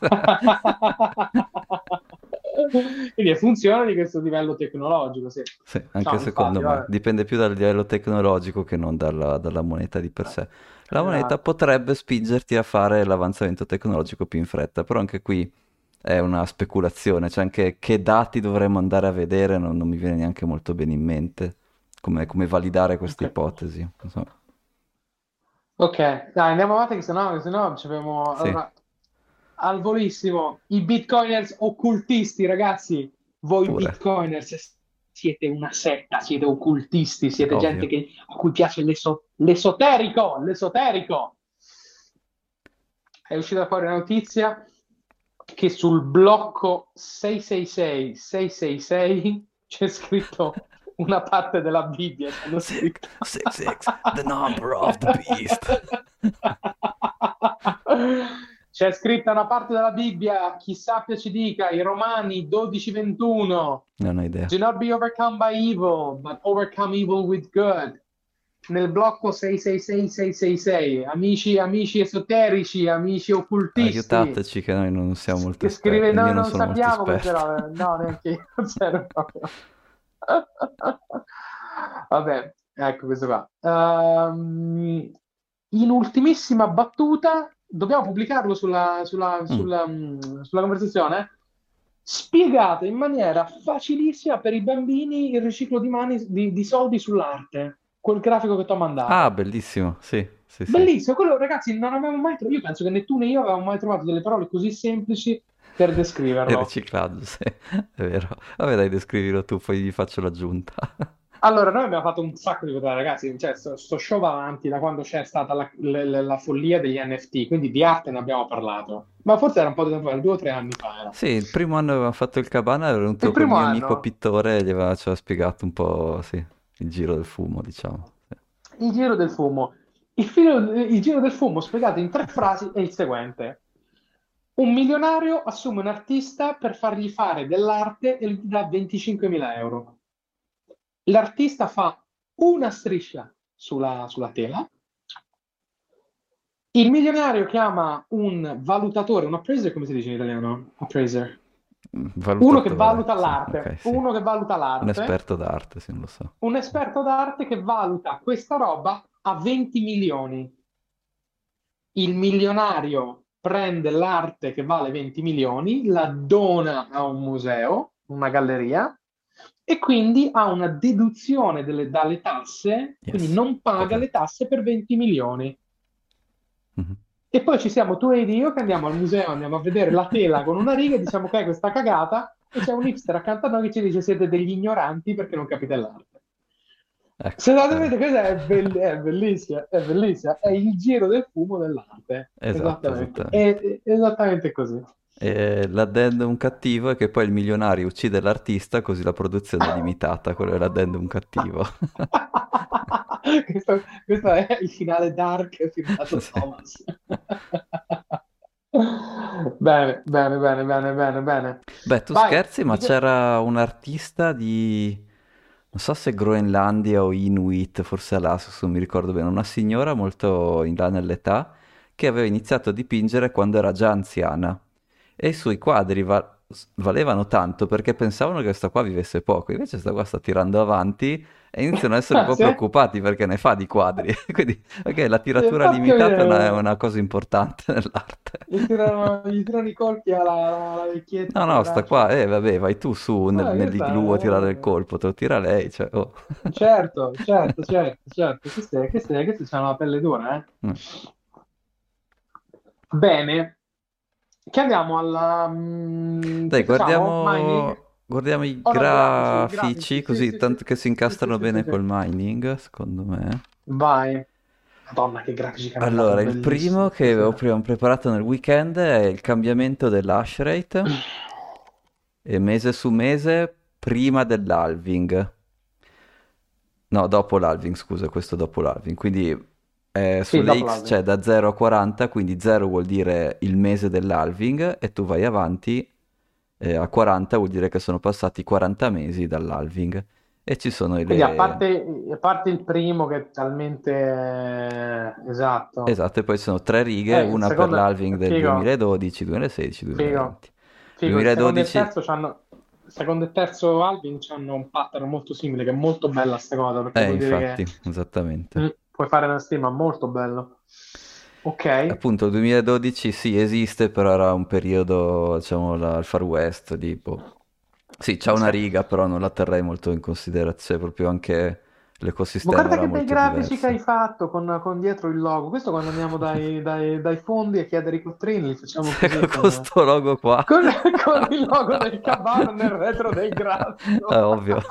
Speaker 2: Quindi è funzione di questo livello tecnologico, sì.
Speaker 1: Sì, anche
Speaker 2: No,
Speaker 1: secondo
Speaker 2: infatti,
Speaker 1: me.
Speaker 2: vabbè.
Speaker 1: Dipende più dal livello tecnologico che non dalla, dalla moneta di per sé. La moneta
Speaker 2: Esatto.
Speaker 1: potrebbe spingerti a fare l'avanzamento tecnologico più in fretta, però anche qui è una speculazione, cioè anche che dati dovremmo andare a vedere non, non mi viene neanche molto bene in mente come, come validare questa
Speaker 2: Ok.
Speaker 1: ipotesi. Non so.
Speaker 2: Ok, dai, andiamo avanti, che sennò, che sennò ci abbiamo...
Speaker 1: Sì,
Speaker 2: Allora, al volissimo, i bitcoiners occultisti, ragazzi, voi
Speaker 1: pure,
Speaker 2: bitcoiners siete una setta, siete occultisti,
Speaker 1: è
Speaker 2: siete gente
Speaker 1: ovvio.
Speaker 2: che- a cui piace l'eso- l'esoterico, l'esoterico. È uscita fuori la notizia che sul blocco sei sei sei sei sei sei c'è scritto una parte della Bibbia, c'hanno
Speaker 1: Six,
Speaker 2: scritto.
Speaker 1: six, six, the number of the beast.
Speaker 2: C'è scritta una parte della Bibbia, chi sappia ci dica, i Romani dodici ventuno.
Speaker 1: Non ho idea.
Speaker 2: Do not be overcome by evil, but overcome evil with good. Nel blocco sei sei sei sei sei sei, amici, amici esoterici, amici occultisti,
Speaker 1: Aiutateci che noi non siamo molto
Speaker 2: che scrive,
Speaker 1: esperti, io
Speaker 2: noi
Speaker 1: non
Speaker 2: non
Speaker 1: sono molto
Speaker 2: sappiamo queste
Speaker 1: esperto.
Speaker 2: robe, no, neanche io, zero proprio. Vabbè, ecco questo qua. Ehm, in ultimissima battuta, dobbiamo pubblicarlo sulla, sulla,
Speaker 1: Mm.
Speaker 2: sulla, mm, sulla conversazione. Spiegate in maniera facilissima per i bambini il riciclo di, mani, di, di soldi sull'arte, quel grafico che ti ho
Speaker 1: Ah,
Speaker 2: mandato.
Speaker 1: bellissimo, sì, sì, sì.
Speaker 2: Bellissimo, quello ragazzi non avevamo mai trovato, io penso che né tu né io avevamo mai trovato delle parole così semplici per
Speaker 1: Il
Speaker 2: descriverlo.
Speaker 1: riciclaggio, sì, è vero. Vabbè, dai, descrivilo tu, poi gli faccio l'aggiunta.
Speaker 2: Allora, noi abbiamo fatto un sacco di cose, ragazzi, cioè, sto, sto show va avanti da quando c'è stata la, la- la- la follia degli N F T, quindi di arte ne abbiamo parlato, ma forse era un po' di tempo fa, due o tre anni fa era.
Speaker 1: Sì, il primo anno avevamo fatto il cabana, era
Speaker 2: Il
Speaker 1: venuto col
Speaker 2: primo
Speaker 1: mio amico
Speaker 2: anno,
Speaker 1: pittore e gli aveva, ci aveva spiegato un po', sì, il giro del fumo, diciamo. Sì.
Speaker 2: il giro del fumo. Il, filo- il giro del fumo, spiegato in tre frasi, è il seguente. Un milionario assume un artista per fargli fare dell'arte e gli dà venticinquemila euro. L'artista fa una striscia sulla, sulla tela. Il milionario chiama un valutatore, un appraiser, come si dice in italiano? Appraiser.
Speaker 1: Mm,
Speaker 2: Uno che
Speaker 1: valutatore,
Speaker 2: valuta
Speaker 1: sì,
Speaker 2: l'arte,
Speaker 1: ok, sì.
Speaker 2: uno che valuta
Speaker 1: Un
Speaker 2: l'arte,
Speaker 1: esperto d'arte, sì, non lo so.
Speaker 2: un esperto d'arte che valuta questa roba a venti milioni. Il milionario prende l'arte che vale venti milioni, la dona a un museo, una galleria, e quindi ha una deduzione delle- dalle tasse, quindi
Speaker 1: Yes,
Speaker 2: non paga le
Speaker 1: corretto.
Speaker 2: tasse per venti milioni.
Speaker 1: Mhm.
Speaker 2: E poi ci siamo tu ed io che andiamo al museo, andiamo a vedere la tela con una riga e diciamo che è questa cagata, e c'è un hipster accanto a noi che ci dice siete degli ignoranti perché non capite l'arte.
Speaker 1: Ecco,
Speaker 2: Se la
Speaker 1: eh,
Speaker 2: vedete, questa è, bell- è bellissima, è bellissima, è il giro del fumo dell'arte,
Speaker 1: esatto,
Speaker 2: esattamente,
Speaker 1: esattamente.
Speaker 2: è, è esattamente così.
Speaker 1: E l'addendum cattivo è che poi il milionario uccide l'artista così la produzione è limitata, quello è l'addendum cattivo.
Speaker 2: questo, questo è il finale dark firmato
Speaker 1: Sì.
Speaker 2: Thomas. Bene, bene, bene, bene, bene, bene.
Speaker 1: Beh, tu
Speaker 2: Vai,
Speaker 1: scherzi, ma
Speaker 2: di que-
Speaker 1: c'era un artista di, non so se Groenlandia o Inuit, forse Alaska, non mi ricordo bene, una signora molto in là nell'età che aveva iniziato a dipingere quando era già anziana e i suoi quadri va- valevano tanto perché pensavano che questa qua vivesse poco, invece questa qua sta tirando avanti e iniziano ad essere un
Speaker 2: Ah,
Speaker 1: po'
Speaker 2: sì?
Speaker 1: preoccupati perché ne fa di quadri. Quindi, ok, la
Speaker 2: Eh,
Speaker 1: tiratura
Speaker 2: porca
Speaker 1: limitata è una, è
Speaker 2: miseria.
Speaker 1: una cosa importante nell'arte.
Speaker 2: Gli tirano, gli tirano i colpi alla, alla vecchietta
Speaker 1: No, no, sta qua,
Speaker 2: poveraccia.
Speaker 1: eh, vabbè, vai tu su nel,
Speaker 2: Ah,
Speaker 1: nell'igloo a tirare il
Speaker 2: questa
Speaker 1: colpo, te lo tira lei, cioè, oh.
Speaker 2: è... Certo, certo, certo, certo. Queste, queste, queste c'hanno la pelle dura, eh.
Speaker 1: Mm.
Speaker 2: Bene, che andiamo alla... mm,
Speaker 1: Dai,
Speaker 2: che facciamo? Mining?
Speaker 1: guardiamo, guardiamo i
Speaker 2: Oh no, i grafici, i
Speaker 1: grafici,
Speaker 2: grafici. Sì,
Speaker 1: così,
Speaker 2: sì, sì.
Speaker 1: tanto che si
Speaker 2: Sì, sì,
Speaker 1: incastrano
Speaker 2: sì, sì,
Speaker 1: bene
Speaker 2: sì.
Speaker 1: col mining, secondo me.
Speaker 2: Vai. Madonna, che grafici che mi hai dato,
Speaker 1: Allora, il primo
Speaker 2: bellissimi
Speaker 1: che avevo
Speaker 2: stasera.
Speaker 1: prima preparato nel weekend è il cambiamento dell'hash rate, e mese su mese prima dell'halving. No, dopo l'halving, scusa, questo dopo l'halving. Quindi eh,
Speaker 2: Sì,
Speaker 1: sulle
Speaker 2: dopo
Speaker 1: X
Speaker 2: l'alving.
Speaker 1: c'è da zero a quaranta, quindi zero vuol dire il mese dell'halving e tu vai avanti eh, a quaranta vuol dire che sono passati quaranta mesi dall'halving. E ci sono
Speaker 2: Quindi a
Speaker 1: le...
Speaker 2: parte, a parte il primo che è talmente eh, esatto,
Speaker 1: Esatto, e poi ci sono tre righe,
Speaker 2: eh, il
Speaker 1: una per
Speaker 2: secondo,
Speaker 1: l'halving del
Speaker 2: figo,
Speaker 1: duemiladodici, duemilasedici,
Speaker 2: figo,
Speaker 1: duemilaventi.
Speaker 2: figo, il secondo e il
Speaker 1: duemiladodici,
Speaker 2: terzo c'hanno, il secondo e terzo album hanno un pattern molto simile, che è molto bella sta cosa, perché
Speaker 1: eh,
Speaker 2: vuol dire
Speaker 1: infatti,
Speaker 2: che
Speaker 1: esattamente.
Speaker 2: mm, puoi fare una stima molto bello. Ok,
Speaker 1: Appunto, il duemiladodici sì, esiste, però era un periodo, diciamo, la- il Far West, tipo... Sì, c'ha una
Speaker 2: sì.
Speaker 1: riga, però non la terrei molto in considerazione, proprio anche
Speaker 2: Ma
Speaker 1: l'ecosistema
Speaker 2: guarda
Speaker 1: era
Speaker 2: che bei
Speaker 1: molto
Speaker 2: grafici che
Speaker 1: diverso.
Speaker 2: hai fatto con, con dietro il logo. Questo quando andiamo dai, dai- dai fondi a chiedere i quattrini, li facciamo così
Speaker 1: Con
Speaker 2: con,
Speaker 1: sto logo qua.
Speaker 2: con- con il logo del Cabano nel retro del
Speaker 1: È
Speaker 2: grafico.
Speaker 1: ovvio.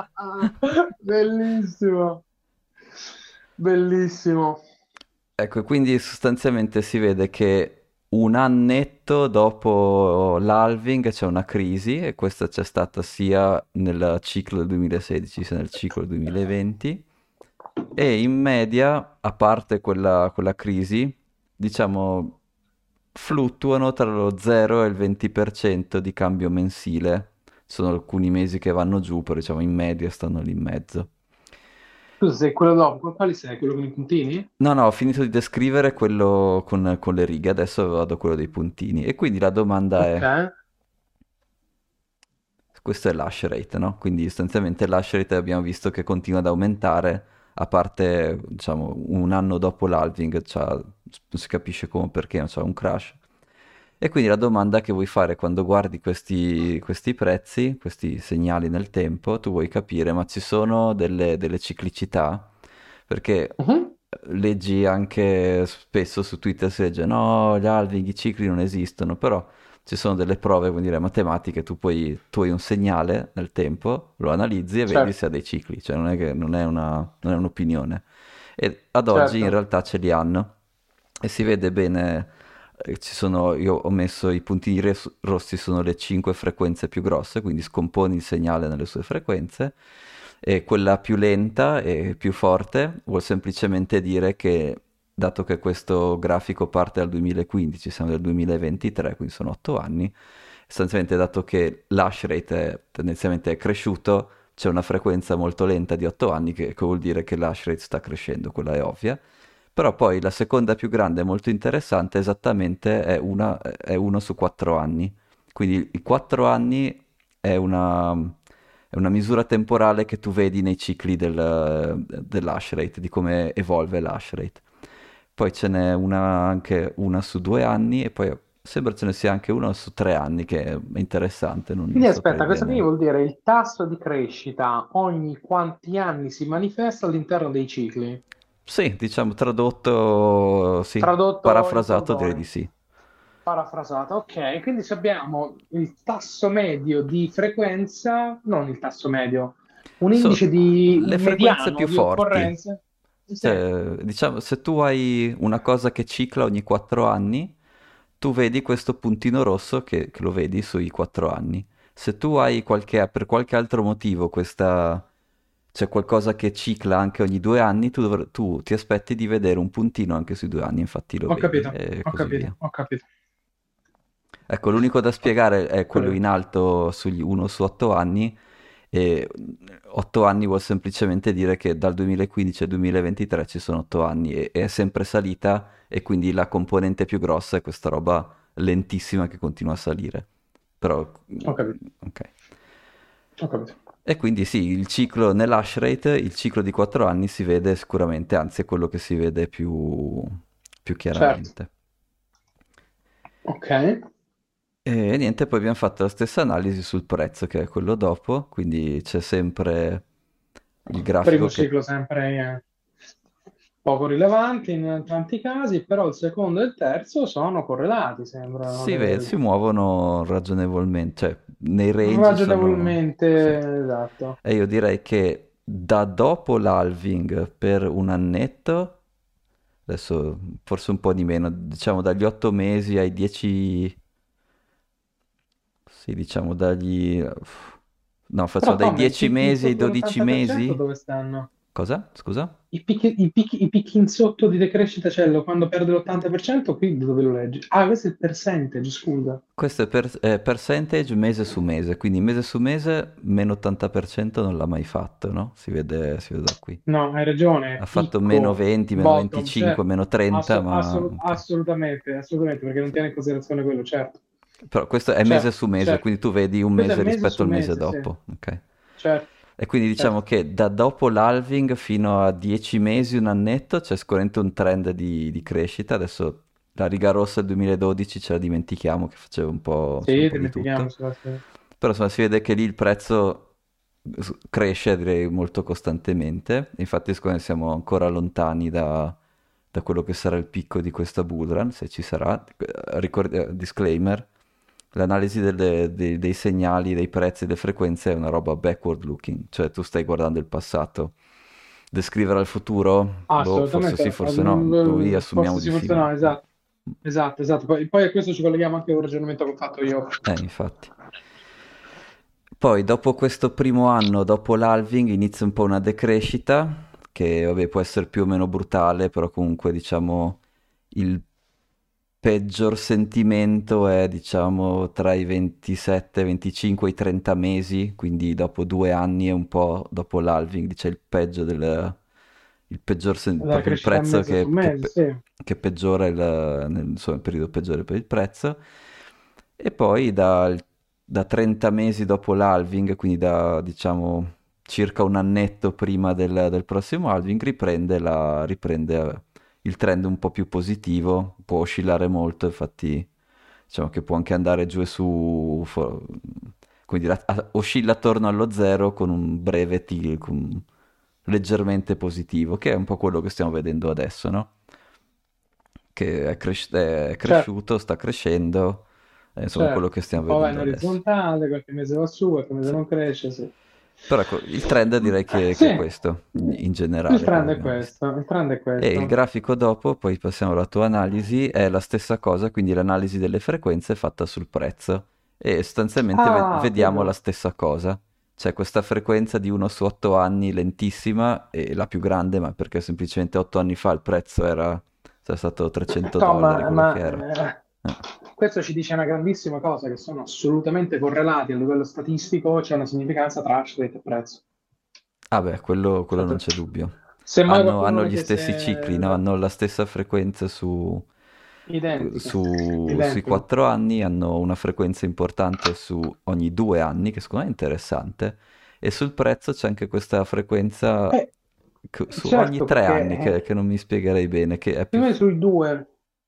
Speaker 2: Bellissimo, bellissimo.
Speaker 1: Ecco, quindi sostanzialmente si vede che un annetto dopo l'halving c'è una crisi e questa c'è stata sia nel ciclo del duemilasedici sia nel ciclo del duemilaventi e in media, a parte quella, quella crisi, diciamo, fluttuano tra lo zero e il venti per cento di cambio mensile. Sono alcuni mesi che vanno giù, però diciamo in media stanno lì in mezzo.
Speaker 2: Tu sei quello dopo, quali sei? Quello con i puntini?
Speaker 1: No, no, ho finito di descrivere quello con, con le righe, adesso vado a quello dei puntini. E quindi la domanda
Speaker 2: Ok,
Speaker 1: è, questo è l'hash rate, no? Quindi sostanzialmente l'hash rate abbiamo visto che continua ad aumentare, a parte, diciamo, un anno dopo l'halving, c'ha- non si capisce come o perché, non c'è un crash. E quindi la domanda che vuoi fare quando guardi questi, questi prezzi, questi segnali nel tempo, tu vuoi capire, ma ci sono delle, delle ciclicità? Perché
Speaker 2: mhm,
Speaker 1: leggi anche spesso su Twitter si legge no, gli halving, i cicli non esistono, però ci sono delle prove, vuol dire matematiche, tu puoi, tu hai un segnale nel tempo, lo analizzi e vedi
Speaker 2: certo,
Speaker 1: se ha dei cicli, cioè non è che non è una, non è un'opinione. E ad oggi in
Speaker 2: certo.
Speaker 1: realtà ce li hanno e si vede bene, eh, ci sono, io ho messo i puntini res- rossi, sono le cinque frequenze più grosse, quindi scomponi il segnale nelle sue frequenze, e quella più lenta e più forte vuol semplicemente dire che, dato che questo grafico parte dal duemilaquindici, siamo nel duemilaventitré, quindi sono otto anni, sostanzialmente dato che l'hash rate è, tendenzialmente è cresciuto, c'è una frequenza molto lenta di otto anni che, che vuol dire che l'hash rate sta crescendo, quella è ovvia. Però poi la seconda più grande e molto interessante esattamente è una, è uno su quattro anni. Quindi i quattro anni è una, è una misura temporale che tu vedi nei cicli del, dell'hash rate, di come evolve l'hash rate. Poi ce n'è una anche una su due anni e poi sembra ce ne sia anche una su tre anni che è interessante, non, non
Speaker 2: Quindi
Speaker 1: saprei
Speaker 2: aspetta, questo qui
Speaker 1: bene.
Speaker 2: vuol dire il tasso di crescita ogni quanti anni si manifesta all'interno dei cicli,
Speaker 1: Sì, diciamo tradotto, sì,
Speaker 2: tradotto in
Speaker 1: parafrasato direi di
Speaker 2: soldoni,
Speaker 1: sì.
Speaker 2: parafrasato. Ok, quindi se abbiamo il tasso medio di frequenza, non il tasso medio, un
Speaker 1: So,
Speaker 2: indice di
Speaker 1: le
Speaker 2: un
Speaker 1: frequenze
Speaker 2: mediano
Speaker 1: più
Speaker 2: di
Speaker 1: forti.
Speaker 2: occorrenze. Sì.
Speaker 1: Cioè, diciamo, se tu hai una cosa che cicla ogni quattro anni, tu vedi questo puntino rosso che, che lo vedi sui quattro anni. Se tu hai qualche, per qualche altro motivo questa, c'è qualcosa che cicla anche ogni due anni, tu, dovr- tu ti aspetti di vedere un puntino anche sui due anni, infatti lo
Speaker 2: Ho
Speaker 1: vedi
Speaker 2: capito,
Speaker 1: e
Speaker 2: ho
Speaker 1: così
Speaker 2: capito,
Speaker 1: via.
Speaker 2: ho capito.
Speaker 1: Ecco, l'unico da
Speaker 2: Ho
Speaker 1: spiegare è quello in
Speaker 2: capito.
Speaker 1: alto sugli uno su otto anni e otto anni vuol semplicemente dire che dal duemilaquindici al duemilaventitré ci sono otto anni e, e è sempre salita e quindi la componente più grossa è questa roba lentissima che continua a salire. Però,
Speaker 2: Ho capito,
Speaker 1: ok.
Speaker 2: ho capito.
Speaker 1: E quindi sì, il ciclo nell'hash rate, il ciclo di quattro anni si vede sicuramente, anzi è quello che si vede più, più
Speaker 2: Certo.
Speaker 1: chiaramente.
Speaker 2: Ok.
Speaker 1: E niente, poi abbiamo fatto la stessa analisi sul prezzo, che è quello dopo, quindi c'è sempre il
Speaker 2: Primo
Speaker 1: grafico che
Speaker 2: ciclo sempre eh, poco rilevante in tanti casi, però il secondo e il terzo sono correlati, sembrano
Speaker 1: si vede,
Speaker 2: le-
Speaker 1: si muovono ragionevolmente, cioè nei range sono...
Speaker 2: ragionevolmente
Speaker 1: Sì.
Speaker 2: esatto.
Speaker 1: E io direi che da dopo l'halving per un annetto, adesso forse un po' di meno, diciamo dagli otto mesi ai dieci, sì, diciamo dagli... No, facciamo
Speaker 2: Però
Speaker 1: dai
Speaker 2: Tom, i
Speaker 1: dieci
Speaker 2: cicli
Speaker 1: mesi ai
Speaker 2: sotto
Speaker 1: dodici
Speaker 2: l'ottanta per cento
Speaker 1: mesi?
Speaker 2: dove stanno?
Speaker 1: Cosa? Scusa?
Speaker 2: I picchi, i picchi, i picchi in sotto di decrescita cello quando perde l'ottanta per cento, qui dove lo leggi? Ah, questo è il percentage, scusa.
Speaker 1: Questo è per- è percentage mese su mese, quindi mese su mese meno ottanta per cento non l'ha mai fatto, no? Si vede, si vede da qui.
Speaker 2: No, hai ragione,
Speaker 1: Ha fatto meno
Speaker 2: picco,
Speaker 1: venti, meno
Speaker 2: bottom,
Speaker 1: venticinque,
Speaker 2: cioè,
Speaker 1: meno trenta,
Speaker 2: asso-
Speaker 1: ma
Speaker 2: assolut-
Speaker 1: ok.
Speaker 2: assolutamente, assolutamente, perché non tiene in considerazione quello, certo,
Speaker 1: Però questo è mese
Speaker 2: certo,
Speaker 1: su mese,
Speaker 2: certo.
Speaker 1: quindi tu vedi un
Speaker 2: Questo è
Speaker 1: mese
Speaker 2: mese
Speaker 1: rispetto
Speaker 2: su
Speaker 1: al mese
Speaker 2: mese, sì,
Speaker 1: dopo, ok?
Speaker 2: certo,
Speaker 1: E quindi diciamo
Speaker 2: certo.
Speaker 1: che da dopo l'halving fino a dieci mesi, un annetto, c'è sicuramente un trend di, di crescita. Adesso la riga rossa del duemiladodici ce la dimentichiamo che faceva un po', insomma, un
Speaker 2: Sì,
Speaker 1: po' di tutto.
Speaker 2: dimentichiamoci. Sì.
Speaker 1: Però insomma, si vede che lì il prezzo s- cresce, direi, molto costantemente. Infatti secondo me siamo ancora lontani da, da quello che sarà il picco di questa bull run, se ci sarà. Ricord- eh, disclaimer, l'analisi delle- dei, dei segnali, dei prezzi, delle frequenze è una roba backward looking, cioè tu stai guardando il passato. Descrivere al futuro? Boh, forse sì,
Speaker 2: Assolutamente,
Speaker 1: forse no. Noi
Speaker 2: eh,
Speaker 1: assumiamo
Speaker 2: forse
Speaker 1: di
Speaker 2: sì,
Speaker 1: sì,
Speaker 2: forse
Speaker 1: ma...
Speaker 2: no, esatto, esatto, esatto. Poi, poi a questo ci colleghiamo anche a un ragionamento che ho fatto io.
Speaker 1: Eh, infatti. Poi, dopo questo primo anno, dopo l'halving, inizia un po' una decrescita, che vabbè, può essere più o meno brutale, però comunque diciamo il peggior sentimento è diciamo tra i ventisette, venticinque e i trenta mesi, quindi dopo due anni e un po' dopo l'halving, dice il peggio del... il peggior sen-
Speaker 2: La
Speaker 1: proprio il
Speaker 2: crescita
Speaker 1: prezzo
Speaker 2: mese su
Speaker 1: che, che
Speaker 2: mese,
Speaker 1: pe-
Speaker 2: sì.
Speaker 1: che peggiora il, nel, insomma, il periodo peggiore per il prezzo. E poi dal da trenta mesi dopo l'halving, quindi da diciamo circa un annetto prima del, del prossimo halving, riprende, la, riprende eh, il trend un po' più positivo, può oscillare molto, infatti diciamo che può anche andare giù e su, fo- quindi la- a- oscilla attorno allo zero con un breve tilt, con- leggermente positivo, che è un po' quello che stiamo vedendo adesso, no? Che è, cres- è
Speaker 2: Certo,
Speaker 1: cresciuto, sta crescendo, è insomma quello
Speaker 2: certo.
Speaker 1: che
Speaker 2: Un
Speaker 1: stiamo
Speaker 2: po' va in
Speaker 1: vedendo adesso.
Speaker 2: orizzontale, qualche mese va su, qualche mese
Speaker 1: Sì.
Speaker 2: non cresce, sì.
Speaker 1: Però ecco, il trend direi che, che
Speaker 2: Sì,
Speaker 1: è questo, in in
Speaker 2: il
Speaker 1: generale, quello
Speaker 2: trend
Speaker 1: che
Speaker 2: è
Speaker 1: abbiamo visto.
Speaker 2: questo, il trend è
Speaker 1: E il
Speaker 2: questo.
Speaker 1: grafico dopo, poi passiamo alla tua analisi, è la stessa cosa, quindi l'analisi delle frequenze è fatta sul prezzo. E sostanzialmente ve-
Speaker 2: Ah,
Speaker 1: vediamo la
Speaker 2: proprio.
Speaker 1: stessa cosa. C'è questa frequenza di uno su otto anni lentissima e la più grande, ma perché semplicemente otto anni fa il prezzo era, sarà stato trecento
Speaker 2: Tom,
Speaker 1: dollari, quello che era.
Speaker 2: ma eh,
Speaker 1: Eh.
Speaker 2: questo ci dice una grandissima cosa, che sono assolutamente correlati a livello statistico, c'è una significanza tra hash rate e prezzo.
Speaker 1: Ah beh, quello, quello non
Speaker 2: Cioè,
Speaker 1: c'è dubbio.
Speaker 2: se mai
Speaker 1: Hanno,
Speaker 2: qualcuno lo
Speaker 1: hanno gli stessi cicli, no?
Speaker 2: mettesse
Speaker 1: Hanno la stessa frequenza su,
Speaker 2: identico,
Speaker 1: su- sui
Speaker 2: identico.
Speaker 1: quattro anni, hanno una frequenza importante su ogni due anni, che secondo me è interessante, e sul prezzo c'è anche questa frequenza
Speaker 2: Eh,
Speaker 1: che- su ogni
Speaker 2: certo,
Speaker 1: tre
Speaker 2: perché
Speaker 1: anni, che,
Speaker 2: eh,
Speaker 1: che non mi spiegherei bene, che è più...
Speaker 2: secondo me sui due,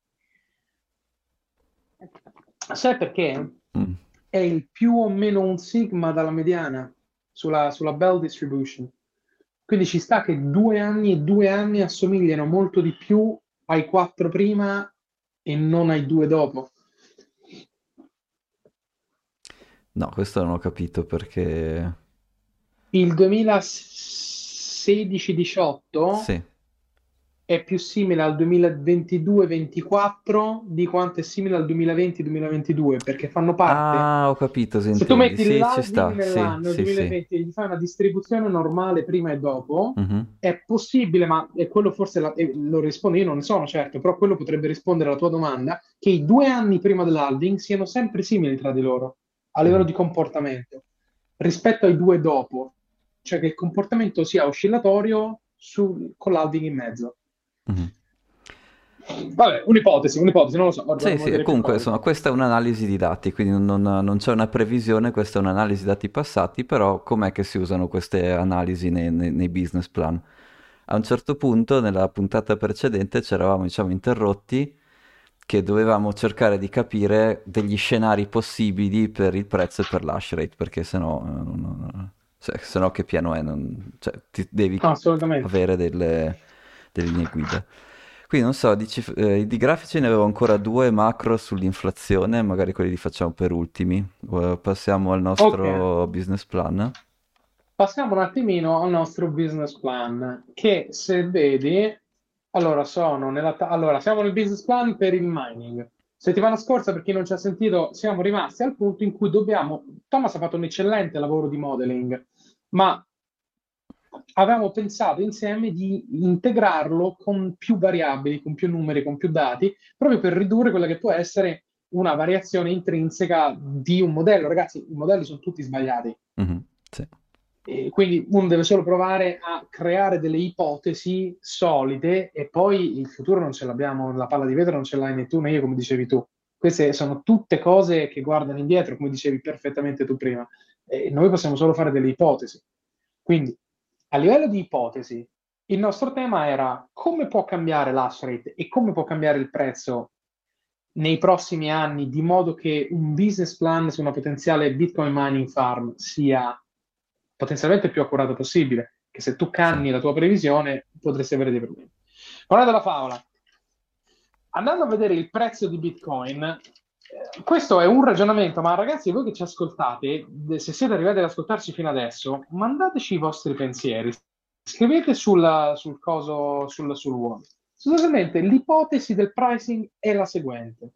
Speaker 2: sai perché?
Speaker 1: Mm.
Speaker 2: È il più o meno un sigma dalla mediana sulla, sulla Bell distribution. Quindi ci sta che due anni e due anni assomigliano molto di più ai quattro prima e non ai due dopo.
Speaker 1: No, questo non ho capito perché...
Speaker 2: Il duemilasedici diciotto
Speaker 1: Sì.
Speaker 2: è più simile al duemilaventidue ventiquattro di quanto è simile al duemilaventi duemilaventidue, perché fanno parte.
Speaker 1: Ah, ho capito se
Speaker 2: Se tu
Speaker 1: intendi.
Speaker 2: metti
Speaker 1: Sì, ci
Speaker 2: l'halving
Speaker 1: sta. Sì,
Speaker 2: nell'anno
Speaker 1: sì, sì.
Speaker 2: duemilaventi e gli fai una distribuzione normale prima e dopo,
Speaker 1: Mhm.
Speaker 2: è possibile, ma e quello forse la- e lo rispondo, io non ne sono certo, però quello potrebbe rispondere alla tua domanda, che i due anni prima dell'halving siano sempre simili tra di loro, a livello
Speaker 1: Mhm.
Speaker 2: di comportamento, rispetto ai due dopo, cioè che il comportamento sia oscillatorio su- con l'halving in mezzo.
Speaker 1: Mhm.
Speaker 2: Vabbè, un'ipotesi, un'ipotesi, non lo so, ora
Speaker 1: Sì,
Speaker 2: dovremmo
Speaker 1: sì, e
Speaker 2: vedere più
Speaker 1: comunque
Speaker 2: cose.
Speaker 1: insomma, questa è un'analisi di dati, quindi non, non- non c'è una previsione, questa è un'analisi dati passati, però com'è che si usano queste analisi nei, nei- nei business plan? A un certo punto, nella puntata precedente, ci eravamo, diciamo, interrotti che dovevamo cercare di capire degli scenari possibili per il prezzo e per l'hash rate, perché sennò, eh, non- non- cioè, sennò che piano è? Non- cioè, ti devi
Speaker 2: No, assolutamente.
Speaker 1: avere delle, delle linee guida. Quindi non so, di, cif- eh, di grafici ne avevo ancora due macro sull'inflazione, magari quelli li facciamo per ultimi. Eh, Passiamo al
Speaker 2: Ok.
Speaker 1: nostro business plan.
Speaker 2: Passiamo un attimino al nostro business plan, che se vedi, allora sono nella ta- allora, siamo nel business plan per il mining. Settimana scorsa, per chi non ci ha sentito, siamo rimasti al punto in cui dobbiamo. Thomas ha fatto un eccellente lavoro di modeling, ma avevamo pensato insieme di integrarlo con più variabili, con più numeri, con più dati, proprio per ridurre quella che può essere una variazione intrinseca di un modello. Ragazzi, i modelli sono tutti sbagliati.
Speaker 1: Mhm, sì.
Speaker 2: E quindi uno deve solo provare a creare delle ipotesi solide e poi il futuro non ce l'abbiamo, la palla di vetro non ce l'hai né tu né io, come dicevi tu. Queste sono tutte cose che guardano indietro, come dicevi perfettamente tu prima. E noi possiamo solo fare delle ipotesi. Quindi, a livello di ipotesi, il nostro tema era come può cambiare l'hash rate e come può cambiare il prezzo nei prossimi anni, di modo che un business plan su una potenziale Bitcoin mining farm sia potenzialmente più accurato possibile, che se tu
Speaker 1: Sì.
Speaker 2: canni la tua previsione potresti avere dei problemi. Ora della favola. Andando a vedere il prezzo di Bitcoin, eh, questo è un ragionamento, ma ragazzi, voi che ci ascoltate, se siete arrivati ad ascoltarci fino adesso, mandateci i vostri pensieri. Scrivete sulla, sul coso, sul, sul wall. Sostanzialmente, l'ipotesi del pricing è la seguente.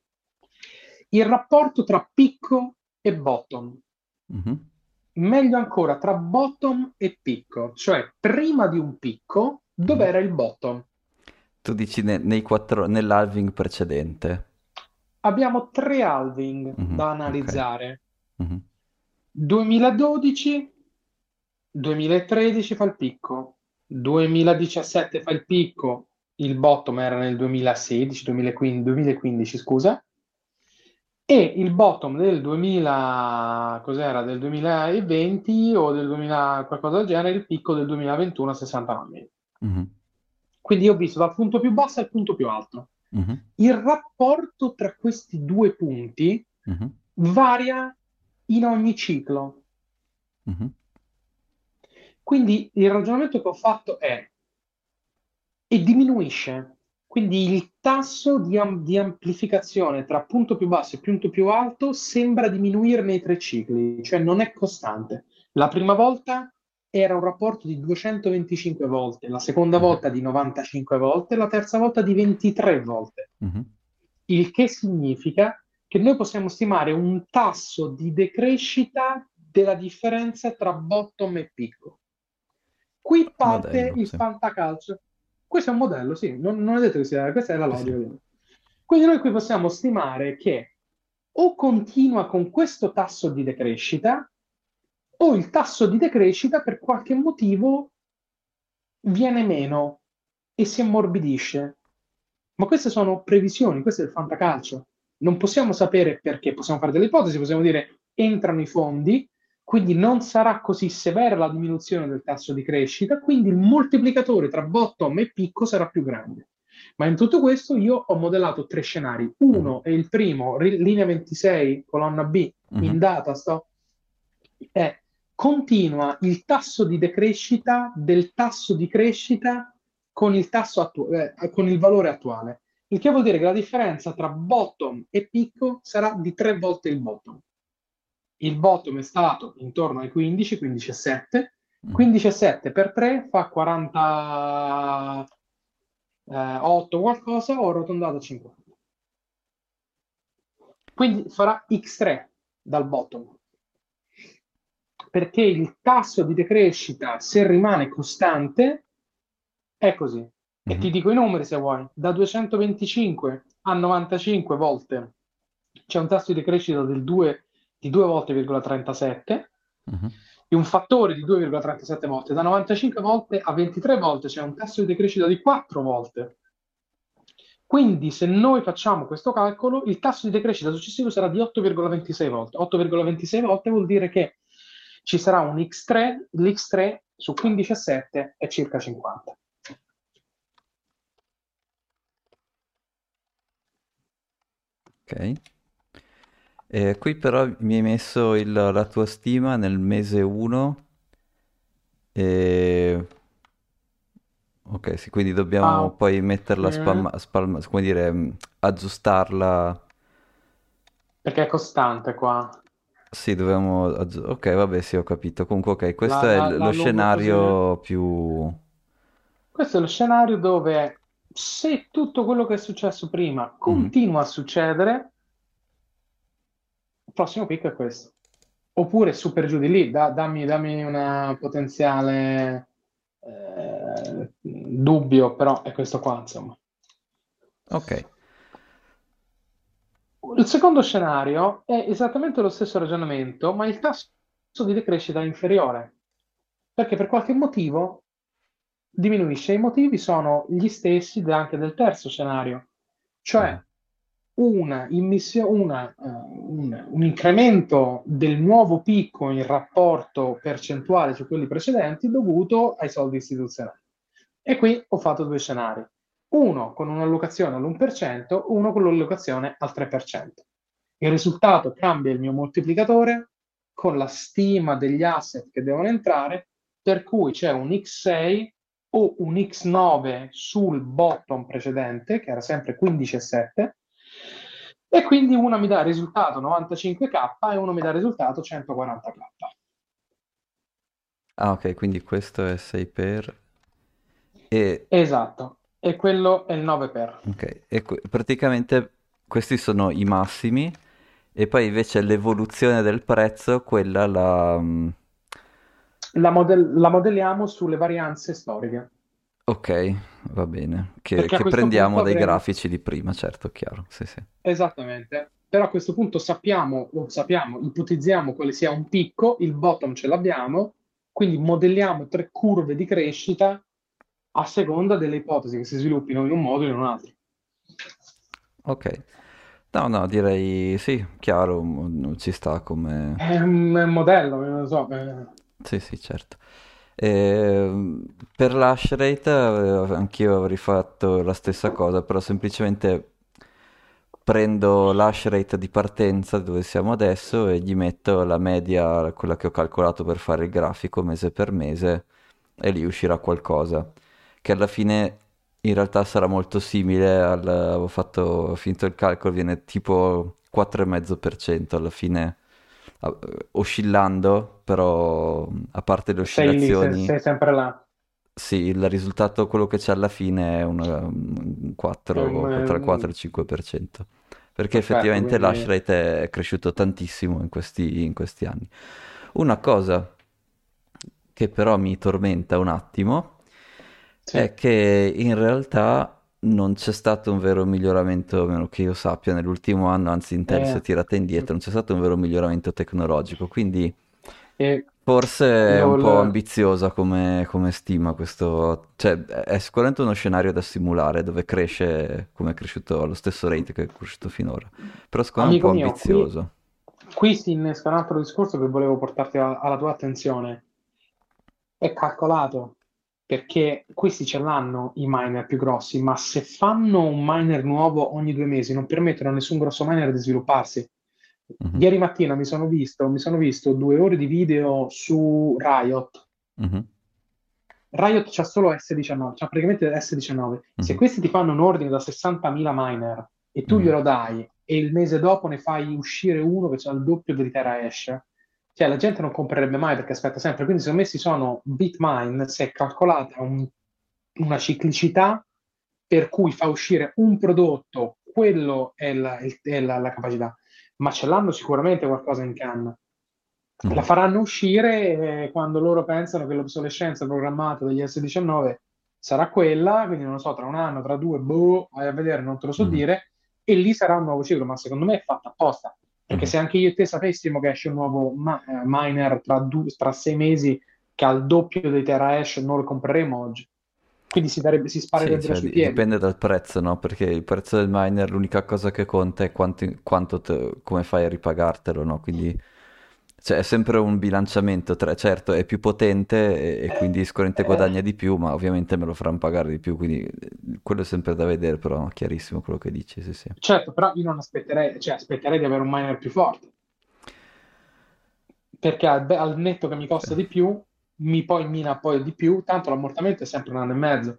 Speaker 2: Il rapporto tra picco e bottom.
Speaker 1: Mhm.
Speaker 2: Meglio ancora, tra bottom e picco. Cioè, prima di un picco,
Speaker 1: Mhm.
Speaker 2: dov'era il bottom?
Speaker 1: Tu dici ne- nei quattro, nell'halving precedente.
Speaker 2: Abbiamo tre halving
Speaker 1: Mhm,
Speaker 2: da
Speaker 1: ok.
Speaker 2: analizzare.
Speaker 1: Mhm,
Speaker 2: duemiladodici, duemilatredici fa il picco, duemiladiciassette fa il picco, il bottom era nel duemilasedici, duemilaquindici, duemilaquindici, scusa, e il bottom del duemila, cos'era, del duemilaventi o del duemila, qualcosa del genere, il picco del duemilaventuno a sessantanove.
Speaker 1: mhm,
Speaker 2: Quindi io ho visto dal punto più basso al punto più alto.
Speaker 1: mhm,
Speaker 2: Il rapporto tra questi due punti
Speaker 1: mhm,
Speaker 2: varia in ogni ciclo.
Speaker 1: mhm.
Speaker 2: Quindi il ragionamento che ho fatto è e diminuisce. Quindi il tasso di, am- di amplificazione tra punto più basso e punto più alto sembra diminuire nei tre cicli, cioè non è costante. La prima volta era un rapporto di duecentoventicinque volte, la seconda
Speaker 1: Mhm,
Speaker 2: volta di novantacinque volte, la terza volta di ventitré volte.
Speaker 1: mhm.
Speaker 2: Il che significa che noi possiamo stimare un tasso di decrescita della differenza tra bottom e picco. Qui parte
Speaker 1: Modello,
Speaker 2: il
Speaker 1: sì.
Speaker 2: fantacalcio. Questo è un modello, sì, non, non è detto che sia, questa è la
Speaker 1: Sì, sì.
Speaker 2: logica. Quindi noi qui possiamo stimare che o continua con questo tasso di decrescita o il tasso di decrescita per qualche motivo viene meno e si ammorbidisce. Ma queste sono previsioni, questo è il fantacalcio. Non possiamo sapere perché, possiamo fare delle ipotesi, possiamo dire entrano i fondi, quindi non sarà così severa la diminuzione del tasso di crescita, quindi il moltiplicatore tra bottom e picco sarà più grande. Ma in tutto questo io ho modellato tre scenari.
Speaker 1: Mhm,
Speaker 2: Uno è il primo, ri- linea ventisei, colonna B, in
Speaker 1: mhm,
Speaker 2: data, sto, è continua il tasso di decrescita del tasso di crescita con il, tasso attu- eh, con il valore attuale. Il che vuol dire che la differenza tra bottom e picco sarà di tre volte il bottom. Il bottom è stato intorno ai quindici, quindici virgola sette.
Speaker 1: mhm.
Speaker 2: quindici virgola sette per tre fa quarantotto qualcosa, ho arrotondato a cinquanta. Quindi farà X tre dal bottom. Perché il tasso di decrescita, se rimane costante, è così. E ti
Speaker 1: Mhm,
Speaker 2: dico i numeri se vuoi. Da duecentoventicinque a novantacinque volte c'è un tasso di crescita del due, di due volte,trentasette, trentasette,
Speaker 1: mhm.
Speaker 2: di un fattore di due virgola trentasette volte. Da novantacinque volte a ventitré volte c'è un tasso di decrescita di quattro volte. Quindi, se noi facciamo questo calcolo, il tasso di decrescita successivo sarà di otto virgola ventisei volte. otto virgola ventisei volte vuol dire che ci sarà un X tre, l'X tre su quindici virgola sette è circa cinquanta.
Speaker 1: Ok. E qui però mi hai messo il- la tua stima nel mese uno e... Ok, sì, quindi dobbiamo
Speaker 2: Ah,
Speaker 1: poi metterla
Speaker 2: ok.
Speaker 1: spalma, spalma- come dire, mh, aggiustarla.
Speaker 2: Perché è costante qua.
Speaker 1: Sì, dobbiamo... aggi- Ok, vabbè, sì, ho capito. Comunque, ok, questo
Speaker 2: La,
Speaker 1: è
Speaker 2: la,
Speaker 1: il-
Speaker 2: la
Speaker 1: lo
Speaker 2: lungo così.
Speaker 1: scenario più...
Speaker 2: Questo è lo scenario dove se tutto quello che è successo prima
Speaker 1: Mhm,
Speaker 2: continua a succedere, il prossimo picco è questo. oppure super giù di lì, da- dammi, dammi una potenziale eh, dubbio, però è questo qua, insomma.
Speaker 1: Ok.
Speaker 2: Il secondo scenario è esattamente lo stesso ragionamento, ma il tasso di decrescita è inferiore, perché per qualche motivo diminuisce. I motivi sono gli stessi de- anche del terzo scenario,
Speaker 1: Mhm.
Speaker 2: cioè una immissio- una, eh, un, un incremento del nuovo picco in rapporto percentuale su quelli precedenti dovuto ai soldi istituzionali. E qui ho fatto due scenari, uno con un'allocazione all'uno per cento, uno con l'allocazione al tre per cento. Il risultato cambia il mio moltiplicatore con la stima degli asset che devono entrare, per cui c'è un X sei o un X nove sul bottom precedente, che era sempre quindici virgola sette, e quindi una mi dà il risultato novantacinque K e uno mi dà il risultato centoquaranta K.
Speaker 1: Ah, ok, quindi questo è sei per... E,
Speaker 2: Esatto, e quello è il nove per.
Speaker 1: ok, e que- praticamente questi sono i massimi e poi invece l'evoluzione del prezzo, quella la... mm,
Speaker 2: La, model- la modelliamo sulle varianze storiche,
Speaker 1: ok, va bene. Che,
Speaker 2: perché a
Speaker 1: che
Speaker 2: questo punto
Speaker 1: prendiamo dai
Speaker 2: avremo.
Speaker 1: grafici di prima, certo, chiaro. Sì, sì.
Speaker 2: Esattamente, però a questo punto sappiamo, o sappiamo, ipotizziamo quale sia un picco, il bottom ce l'abbiamo, quindi modelliamo tre curve di crescita a seconda delle ipotesi che si sviluppino in un modo o in un altro.
Speaker 1: Ok. No, no, direi sì, chiaro, m- ci sta come...
Speaker 2: È un, è un modello, non lo so. eh.
Speaker 1: Sì, sì, certo. Ehm, per l'hash rate eh, anch'io avrei fatto la stessa cosa, però semplicemente prendo l'hash rate di partenza dove siamo adesso e gli metto la media, quella che ho calcolato per fare il grafico mese per mese e lì uscirà qualcosa, che alla fine in realtà sarà molto simile al... avevo fatto, ho finito il calcolo, viene tipo quattro virgola cinque per cento alla fine a- oscillando, però a parte le
Speaker 2: Sei lì, sei,
Speaker 1: oscillazioni,
Speaker 2: sei sempre là.
Speaker 1: sì, il risultato, quello che c'è alla fine è un, un
Speaker 2: È un-
Speaker 1: quattro,
Speaker 2: è
Speaker 1: tra il quattro e
Speaker 2: un-
Speaker 1: il cinque per cento, perché
Speaker 2: perfetto,
Speaker 1: effettivamente l'hash
Speaker 2: quindi
Speaker 1: rate è cresciuto tantissimo in questi, in questi anni. Una cosa che però mi tormenta un attimo
Speaker 2: sì.
Speaker 1: è che in realtà non c'è stato un vero miglioramento, a meno che io sappia, nell'ultimo anno, anzi Intel si è
Speaker 2: Eh,
Speaker 1: tirata indietro, non c'è stato un vero miglioramento tecnologico, quindi
Speaker 2: e
Speaker 1: forse è un
Speaker 2: lo-
Speaker 1: po'
Speaker 2: lo-
Speaker 1: ambiziosa come, come stima questo, cioè è sicuramente uno scenario da simulare dove cresce come è cresciuto allo stesso rate che è cresciuto finora, però secondo me è un
Speaker 2: Amico
Speaker 1: po'
Speaker 2: mio, qui,
Speaker 1: ambizioso.
Speaker 2: qui si innesca un altro discorso che volevo portarti a- alla tua attenzione. È calcolato perché questi ce l'hanno i miner più grossi, ma se fanno un miner nuovo ogni due mesi non permettono a nessun grosso miner di svilupparsi.
Speaker 1: Mhm,
Speaker 2: Ieri mattina mi sono visto, mi sono visto due ore di video su Riot.
Speaker 1: mhm,
Speaker 2: Riot c'ha solo S diciannove, c'ha praticamente S diciannove. Se
Speaker 1: mhm,
Speaker 2: questi ti fanno un ordine da sessantamila miner e tu
Speaker 1: mhm.
Speaker 2: glielo dai e il mese dopo ne fai uscire uno che ha il doppio del terahash, cioè la gente non comprerebbe mai perché aspetta sempre. Quindi secondo me si sono Bitmine, si è calcolata un- una ciclicità per cui fa uscire un prodotto, quello è la, il- è la- la capacità, ma ce l'hanno sicuramente qualcosa in canna. La
Speaker 1: Mhm.
Speaker 2: faranno uscire eh, quando loro pensano che l'obsolescenza programmata degli S diciannove sarà quella, quindi non lo so, tra un anno, tra due, boh, vai a vedere, non te lo so
Speaker 1: Mhm,
Speaker 2: dire, e lì sarà un nuovo ciclo, ma secondo me è fatta apposta, perché
Speaker 1: mhm.
Speaker 2: se anche io e te sapessimo che esce un nuovo ma- eh, miner tra, du- tra sei mesi che ha il doppio dei terahash, non lo compreremo oggi, quindi si, darebbe- si
Speaker 1: Sì,
Speaker 2: sparerebbero
Speaker 1: cioè,
Speaker 2: sui
Speaker 1: di-
Speaker 2: piedi.
Speaker 1: dipende dal prezzo, no? Perché il prezzo del miner, l'unica cosa che conta è quanto, quanto te- come fai a ripagartelo, no? Quindi cioè, è sempre un bilanciamento tra, certo, è più potente e, e quindi sicuramente
Speaker 2: Eh,
Speaker 1: guadagna di più, ma ovviamente me lo faranno pagare di più, quindi eh, quello è sempre da vedere, però è chiarissimo quello che dici, sì, sì.
Speaker 2: certo, però io non aspetterei, cioè aspetterei di avere un miner più forte, perché al, al netto che mi
Speaker 1: Sì.
Speaker 2: costa di più, mi poi mina poi di più, tanto l'ammortamento è sempre un anno e mezzo,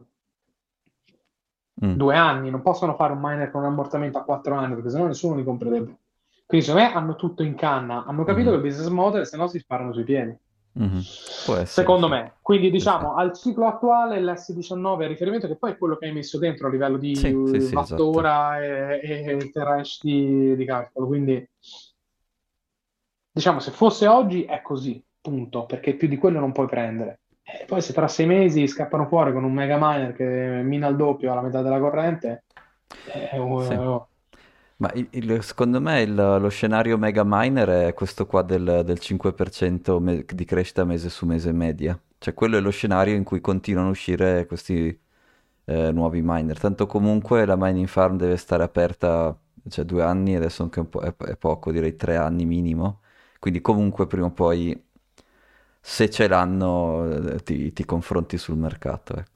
Speaker 1: Mm,
Speaker 2: due anni, non possono fare un miner con un ammortamento a quattro anni, perché sennò nessuno li comprerebbe. Quindi secondo me hanno tutto in canna, hanno capito che
Speaker 1: mhm,
Speaker 2: il business model, se no si sparano sui piedi.
Speaker 1: mhm. Può essere,
Speaker 2: Secondo
Speaker 1: sì.
Speaker 2: me, quindi
Speaker 1: Sì, sì.
Speaker 2: diciamo al ciclo attuale l'S diciannove è riferimento che poi è quello che hai messo dentro a livello di
Speaker 1: Sì, sì,
Speaker 2: uh,
Speaker 1: sì, esatto.
Speaker 2: wattora e, e terahash di, di calcolo, quindi Diciamo, se fosse oggi è così, punto, perché più di quello non puoi prendere. E poi se tra sei mesi scappano fuori con un mega miner che mina il doppio alla metà della corrente, eh,
Speaker 1: Sì.
Speaker 2: oh, oh.
Speaker 1: Ma il- il- secondo me il- lo scenario mega miner è questo qua del, del cinque per cento me- di crescita mese su mese media. Cioè quello è lo scenario in cui continuano a uscire questi eh, nuovi miner. Tanto comunque la mining farm deve stare aperta, cioè due anni, adesso anche un po' è, è poco, direi tre anni minimo. Quindi comunque prima o poi, se ce l'hanno, eh, ti, ti confronti sul mercato, ecco.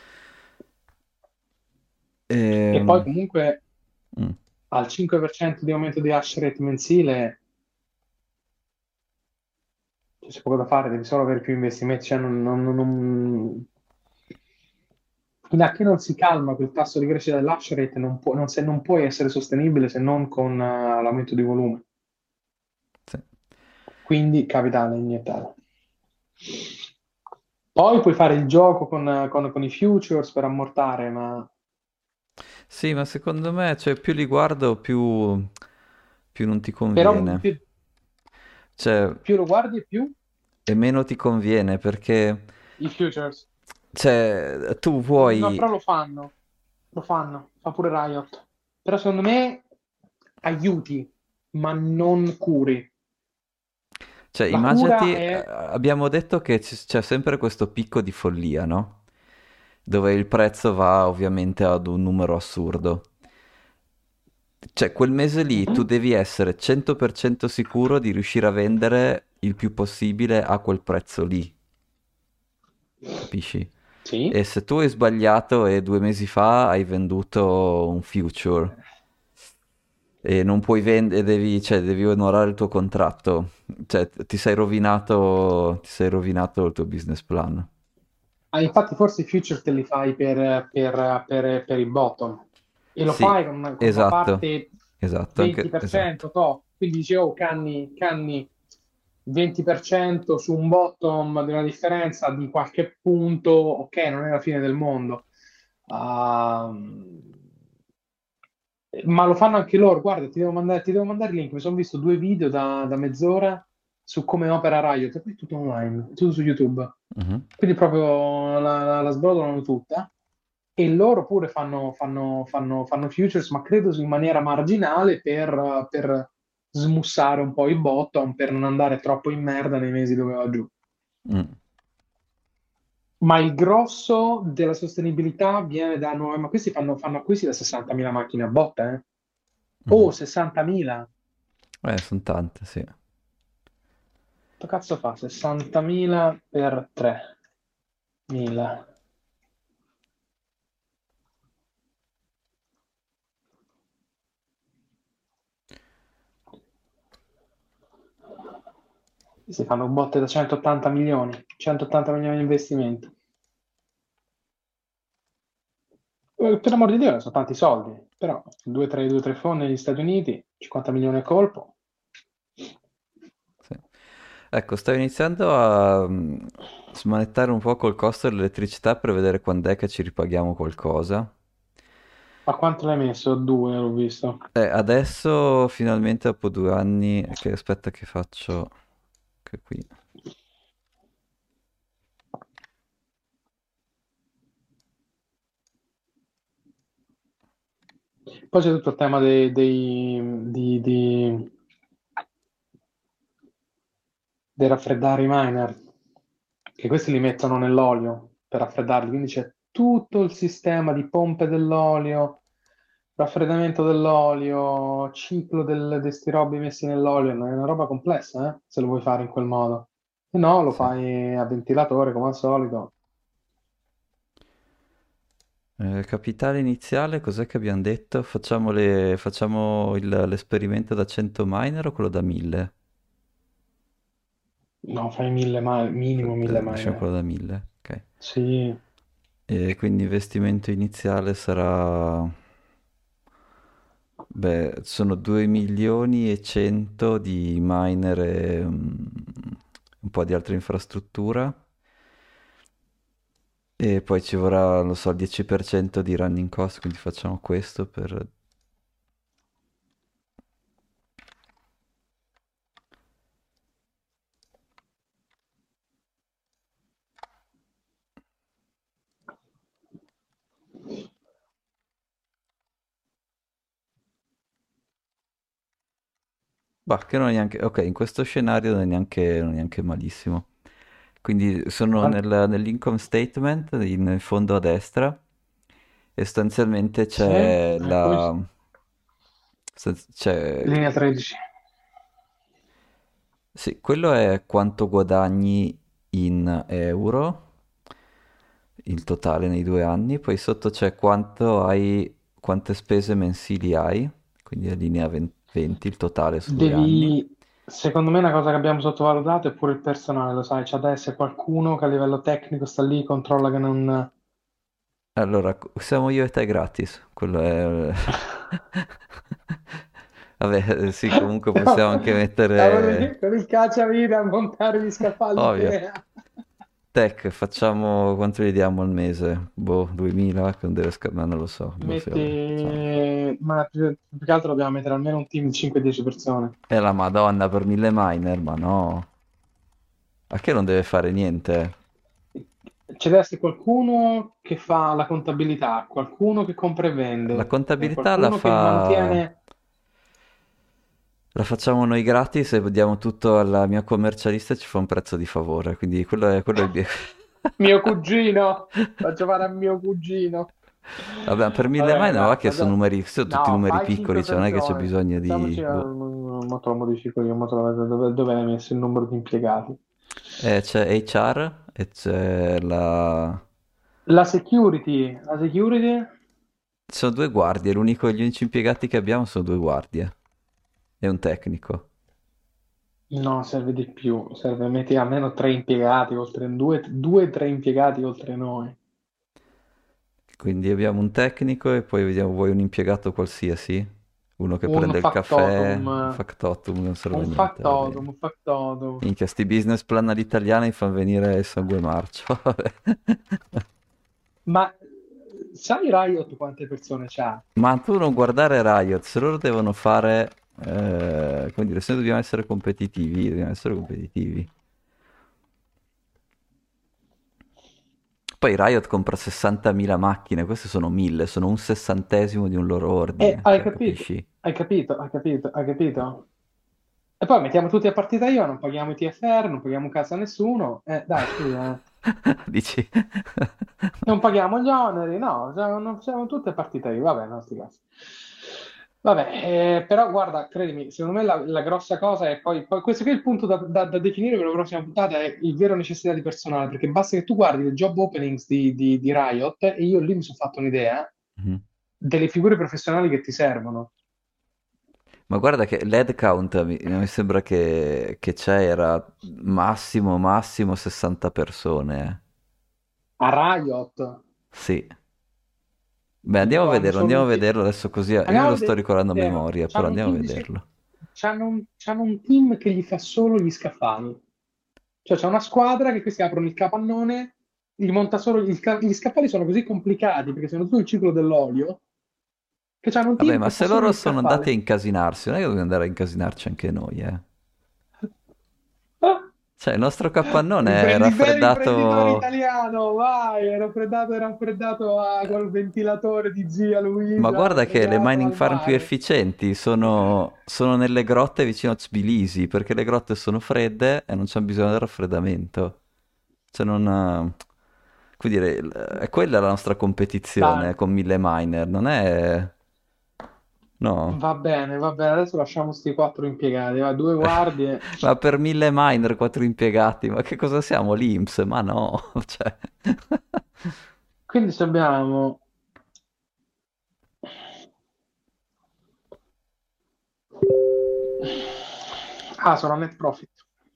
Speaker 2: E poi
Speaker 1: Ehm,
Speaker 2: comunque
Speaker 1: mm.
Speaker 2: al cinque per cento di aumento di hash rate mensile c'è poco da fare, devi solo avere più investimenti, cioè non, non- non- non- fino a che non si calma quel tasso di crescita dell'hash rate non può, non, se, non puoi essere sostenibile se non con eh, l'aumento di volume.
Speaker 1: Sì.
Speaker 2: Quindi capitale iniettato. Poi puoi fare il gioco con, con- con i futures per ammortare, ma
Speaker 1: Sì, ma secondo me, cioè, più li guardo, più, più non ti
Speaker 2: però
Speaker 1: conviene.
Speaker 2: più,
Speaker 1: Cioè,
Speaker 2: più lo guardi e più
Speaker 1: e meno ti conviene perché,
Speaker 2: i futures.
Speaker 1: cioè, tu
Speaker 2: No,
Speaker 1: vuoi...
Speaker 2: però lo fanno, lo fanno, fa pure Riot. Però secondo me aiuti, ma non curi.
Speaker 1: Cioè,
Speaker 2: La cura
Speaker 1: immaginati, eh,
Speaker 2: è...
Speaker 1: abbiamo detto che c- c'è sempre questo picco di follia, no? Dove il prezzo va ovviamente ad un numero assurdo. Cioè, quel mese lì tu
Speaker 2: Mhm.
Speaker 1: devi essere cento per cento sicuro di riuscire a vendere il più possibile a quel prezzo lì, capisci?
Speaker 2: Sì.
Speaker 1: E se tu hai sbagliato e due mesi fa hai venduto un future e non puoi vendere, devi, cioè, devi onorare il tuo contratto, cioè ti sei rovinato, ti sei rovinato il tuo business plan.
Speaker 2: Ah, infatti forse i future te li fai per, per- per- per il bottom e lo
Speaker 1: Sì,
Speaker 2: fai con una, con una
Speaker 1: esatto,
Speaker 2: parte
Speaker 1: esatto, anche, esatto.
Speaker 2: venti per cento, to. Quindi dici, oh, canni, canni venti per cento su un bottom di una differenza di qualche punto, ok, non è la fine del mondo. Ehm, ma lo fanno anche loro. Guarda, ti devo mandare, ti devo mandare il link. Mi sono visto due video da, da mezz'ora su come opera Riot, e poi è tutto online, tutto su YouTube.
Speaker 1: Mhm.
Speaker 2: Quindi proprio la, la, la sbrodolano tutta. E loro pure fanno, fanno, fanno, fanno futures, ma credo in maniera marginale per, per smussare un po' i bottom, per non andare troppo in merda nei mesi dove va giù.
Speaker 1: Mm.
Speaker 2: Ma il grosso della sostenibilità viene da noi, ma questi fanno, fanno acquisti da sessantamila macchine a botta, eh? Oh,
Speaker 1: Mhm.
Speaker 2: sessantamila!
Speaker 1: Eh, sono tante, sì.
Speaker 2: Che cazzo fa? sessantamila per tremila. Si fanno botte da centottanta milioni, centottanta milioni di investimento. Eh, Per amor di Dio, sono tanti soldi, però due tre fondi negli Stati Uniti, cinquanta milioni a colpo.
Speaker 1: Sì. Ecco, stavo iniziando a mm, smanettare un po' col costo dell'elettricità per vedere quando è che ci ripaghiamo qualcosa.
Speaker 2: A quanto l'hai messo? Due, l'ho visto.
Speaker 1: Eh, adesso finalmente dopo due anni, che aspetta che faccio, che qui.
Speaker 2: Poi c'è tutto il tema dei, dei- di, di- di raffreddare i miner, che questi li mettono nell'olio per raffreddarli, quindi c'è tutto il sistema di pompe dell'olio, raffreddamento dell'olio, ciclo del, di sti robi messi nell'olio, è una roba complessa, eh, se lo vuoi fare in quel modo. Se no, lo
Speaker 1: Sì.
Speaker 2: fai a ventilatore come al solito.
Speaker 1: Eh, capitale iniziale, cos'è che abbiamo detto? Facciamo, le- facciamo il- l'esperimento da cento miner o quello da mille?
Speaker 2: No, fai mille mile, minimo mille
Speaker 1: Lasciamo
Speaker 2: miner.
Speaker 1: quello da mille, ok.
Speaker 2: Sì,
Speaker 1: E quindi investimento iniziale sarà... Beh, sono due milioni e cento di miner e mm, un po' di altra infrastruttura. E poi ci vorrà, non so, il dieci per cento di running cost, quindi facciamo questo per... Bah, che non è neanche... Ok, in questo scenario non è neanche, non è neanche malissimo. Quindi sono
Speaker 2: An-
Speaker 1: nel- nell'income statement, in fondo a destra, e sostanzialmente
Speaker 2: Sì,
Speaker 1: c'è
Speaker 2: eccomi.
Speaker 1: la... c'è...
Speaker 2: Linea tredici.
Speaker 1: Sì, quello è quanto guadagni in euro, il totale nei due anni, poi sotto c'è quanto hai, quante spese mensili hai, quindi è linea venti, il totale su due anni.
Speaker 2: Devi, secondo me, una cosa che abbiamo sottovalutato è pure il personale, lo sai, c'è da essere qualcuno che a livello tecnico sta lì, controlla che non...
Speaker 1: Allora, co- siamo io e te gratis, quello è... Vabbè, eh, sì, comunque possiamo anche
Speaker 2: Stiamo lì
Speaker 1: mettere...
Speaker 2: con il cacciavite a montare gli scaffali in
Speaker 1: Ovvio.
Speaker 2: Tenea.
Speaker 1: Tech, facciamo... quanto gli diamo al mese? Boh, duemila, che non deve scappare, non lo so. Boh, sì, vabbè, facciamo.
Speaker 2: Metti... Ma più, più che altro dobbiamo mettere almeno un team di cinque dieci persone.
Speaker 1: E la Madonna per mille miner, ma no. A che non deve fare niente?
Speaker 2: Ci deve essere qualcuno che fa la contabilità, qualcuno che compra e
Speaker 1: La
Speaker 2: vende, eh,
Speaker 1: contabilità la
Speaker 2: qualcuno che
Speaker 1: fa...
Speaker 2: mantiene...
Speaker 1: La facciamo noi gratis e diamo tutto alla mia commercialista e ci fa un prezzo di favore, quindi quello è, quello è il...
Speaker 2: Mio cugino! Faccio fare a mio cugino.
Speaker 1: Vabbè, per mille
Speaker 2: Vabbè,
Speaker 1: mine, ma va
Speaker 2: dai,
Speaker 1: che sono
Speaker 2: facciamo-
Speaker 1: numeri, sono tutti
Speaker 2: no,
Speaker 1: numeri
Speaker 2: fai
Speaker 1: piccoli,
Speaker 2: cinque
Speaker 1: cioè non è che c'è
Speaker 2: persone.
Speaker 1: bisogno di...
Speaker 2: Facciamoci, eh,
Speaker 1: boh.
Speaker 2: mo te lo modifico io, mo te lo vedo dove, dove l'hai messo il numero di impiegati.
Speaker 1: Eh, c'è H R e c'è la...
Speaker 2: La security, la security?
Speaker 1: Ci sono due guardie, l'unico, gli unici impiegati che abbiamo sono due guardie e un tecnico.
Speaker 2: No, serve di più, serve metti almeno tre impiegati, oltre due, due, tre impiegati oltre noi.
Speaker 1: Quindi abbiamo un tecnico e poi vediamo, vuoi un impiegato qualsiasi? Uno che
Speaker 2: Un
Speaker 1: prende il caffè,
Speaker 2: factotum,
Speaker 1: un factotum, non serve a
Speaker 2: un
Speaker 1: niente, va bene.
Speaker 2: factotum, un factotum.
Speaker 1: Minchia, sti business plan all'italiana mi fanno venire il sangue marcio, vabbè.
Speaker 2: Ma sai Riot quante persone c'ha?
Speaker 1: Ma tu non guardare Riot, se loro devono fare, eh, come dire, se noi dobbiamo essere competitivi, dobbiamo essere competitivi. Poi Riot compra sessantamila macchine, queste sono mille, sono un sessantesimo di un loro
Speaker 2: Eh,
Speaker 1: ordine,
Speaker 2: hai
Speaker 1: cioè,
Speaker 2: capito?
Speaker 1: capisci?
Speaker 2: Hai capito? Hai capito? Hai capito? E poi mettiamo tutti a partita I V A, non paghiamo i T F R, non paghiamo cazzo a nessuno. Eh, dai, scusa, eh.
Speaker 1: Dici?
Speaker 2: Non paghiamo gli oneri, no, siamo, non- siamo tutte a partita I V A, vabbè, no, sti cazzi. Vabbè, eh, però guarda, credimi, secondo me la, la grossa cosa è poi, poi questo qui è il punto da, da- da definire per la prossima puntata, è il vero necessità di personale, perché basta che tu guardi le job openings di, di- di Riot e io lì mi sono fatto un'idea
Speaker 1: Mhm.
Speaker 2: delle figure professionali che ti servono.
Speaker 1: Ma guarda che l'head count mi, mi sembra che, che c'è era massimo, massimo sessanta persone. eh.
Speaker 2: A Riot,
Speaker 1: Sì. Beh, andiamo a
Speaker 2: loro hanno
Speaker 1: vederlo,
Speaker 2: solo
Speaker 1: andiamo a
Speaker 2: un team.
Speaker 1: vederlo adesso così. Io me
Speaker 2: Andiamo a
Speaker 1: lo sto ricordando a
Speaker 2: vederlo.
Speaker 1: memoria, però
Speaker 2: C'hanno un
Speaker 1: andiamo a
Speaker 2: team di se-
Speaker 1: vederlo.
Speaker 2: c'hanno un, c'hanno un team che gli fa solo gli scaffali. Cioè c'è una squadra che questi aprono il capannone, gli monta solo gli, sca- gli scaffali sono così complicati perché sono tutto il ciclo dell'olio che c'hanno un
Speaker 1: Vabbè,
Speaker 2: team
Speaker 1: ma
Speaker 2: che fa
Speaker 1: se
Speaker 2: solo
Speaker 1: loro
Speaker 2: gli
Speaker 1: sono andati
Speaker 2: scaffali.
Speaker 1: a incasinarsi, non è che dobbiamo andare a incasinarci anche noi, eh.
Speaker 2: Ah!
Speaker 1: Cioè, il nostro capannone è
Speaker 2: Imprendi- vero imprenditore
Speaker 1: raffreddato.
Speaker 2: italiano, vai, è raffreddato, è raffreddato a col ventilatore di zia
Speaker 1: Ma
Speaker 2: Luisa,
Speaker 1: guarda che le
Speaker 2: fregato
Speaker 1: mining
Speaker 2: al
Speaker 1: farm più
Speaker 2: mare.
Speaker 1: efficienti sono, sono nelle grotte vicino a Tbilisi, perché le grotte sono fredde e non c'è bisogno del raffreddamento. Cioè non... Come dire, il- è quella la nostra
Speaker 2: Dai,
Speaker 1: competizione con mille miner, non è... No.
Speaker 2: va bene, va bene, adesso lasciamo sti quattro impiegati, va, due guardie.
Speaker 1: Ma per mille miner, quattro impiegati, ma che cosa siamo? L'I N P S? Ma no, cioè...
Speaker 2: Quindi se abbiamo... Ah, sono a net profit.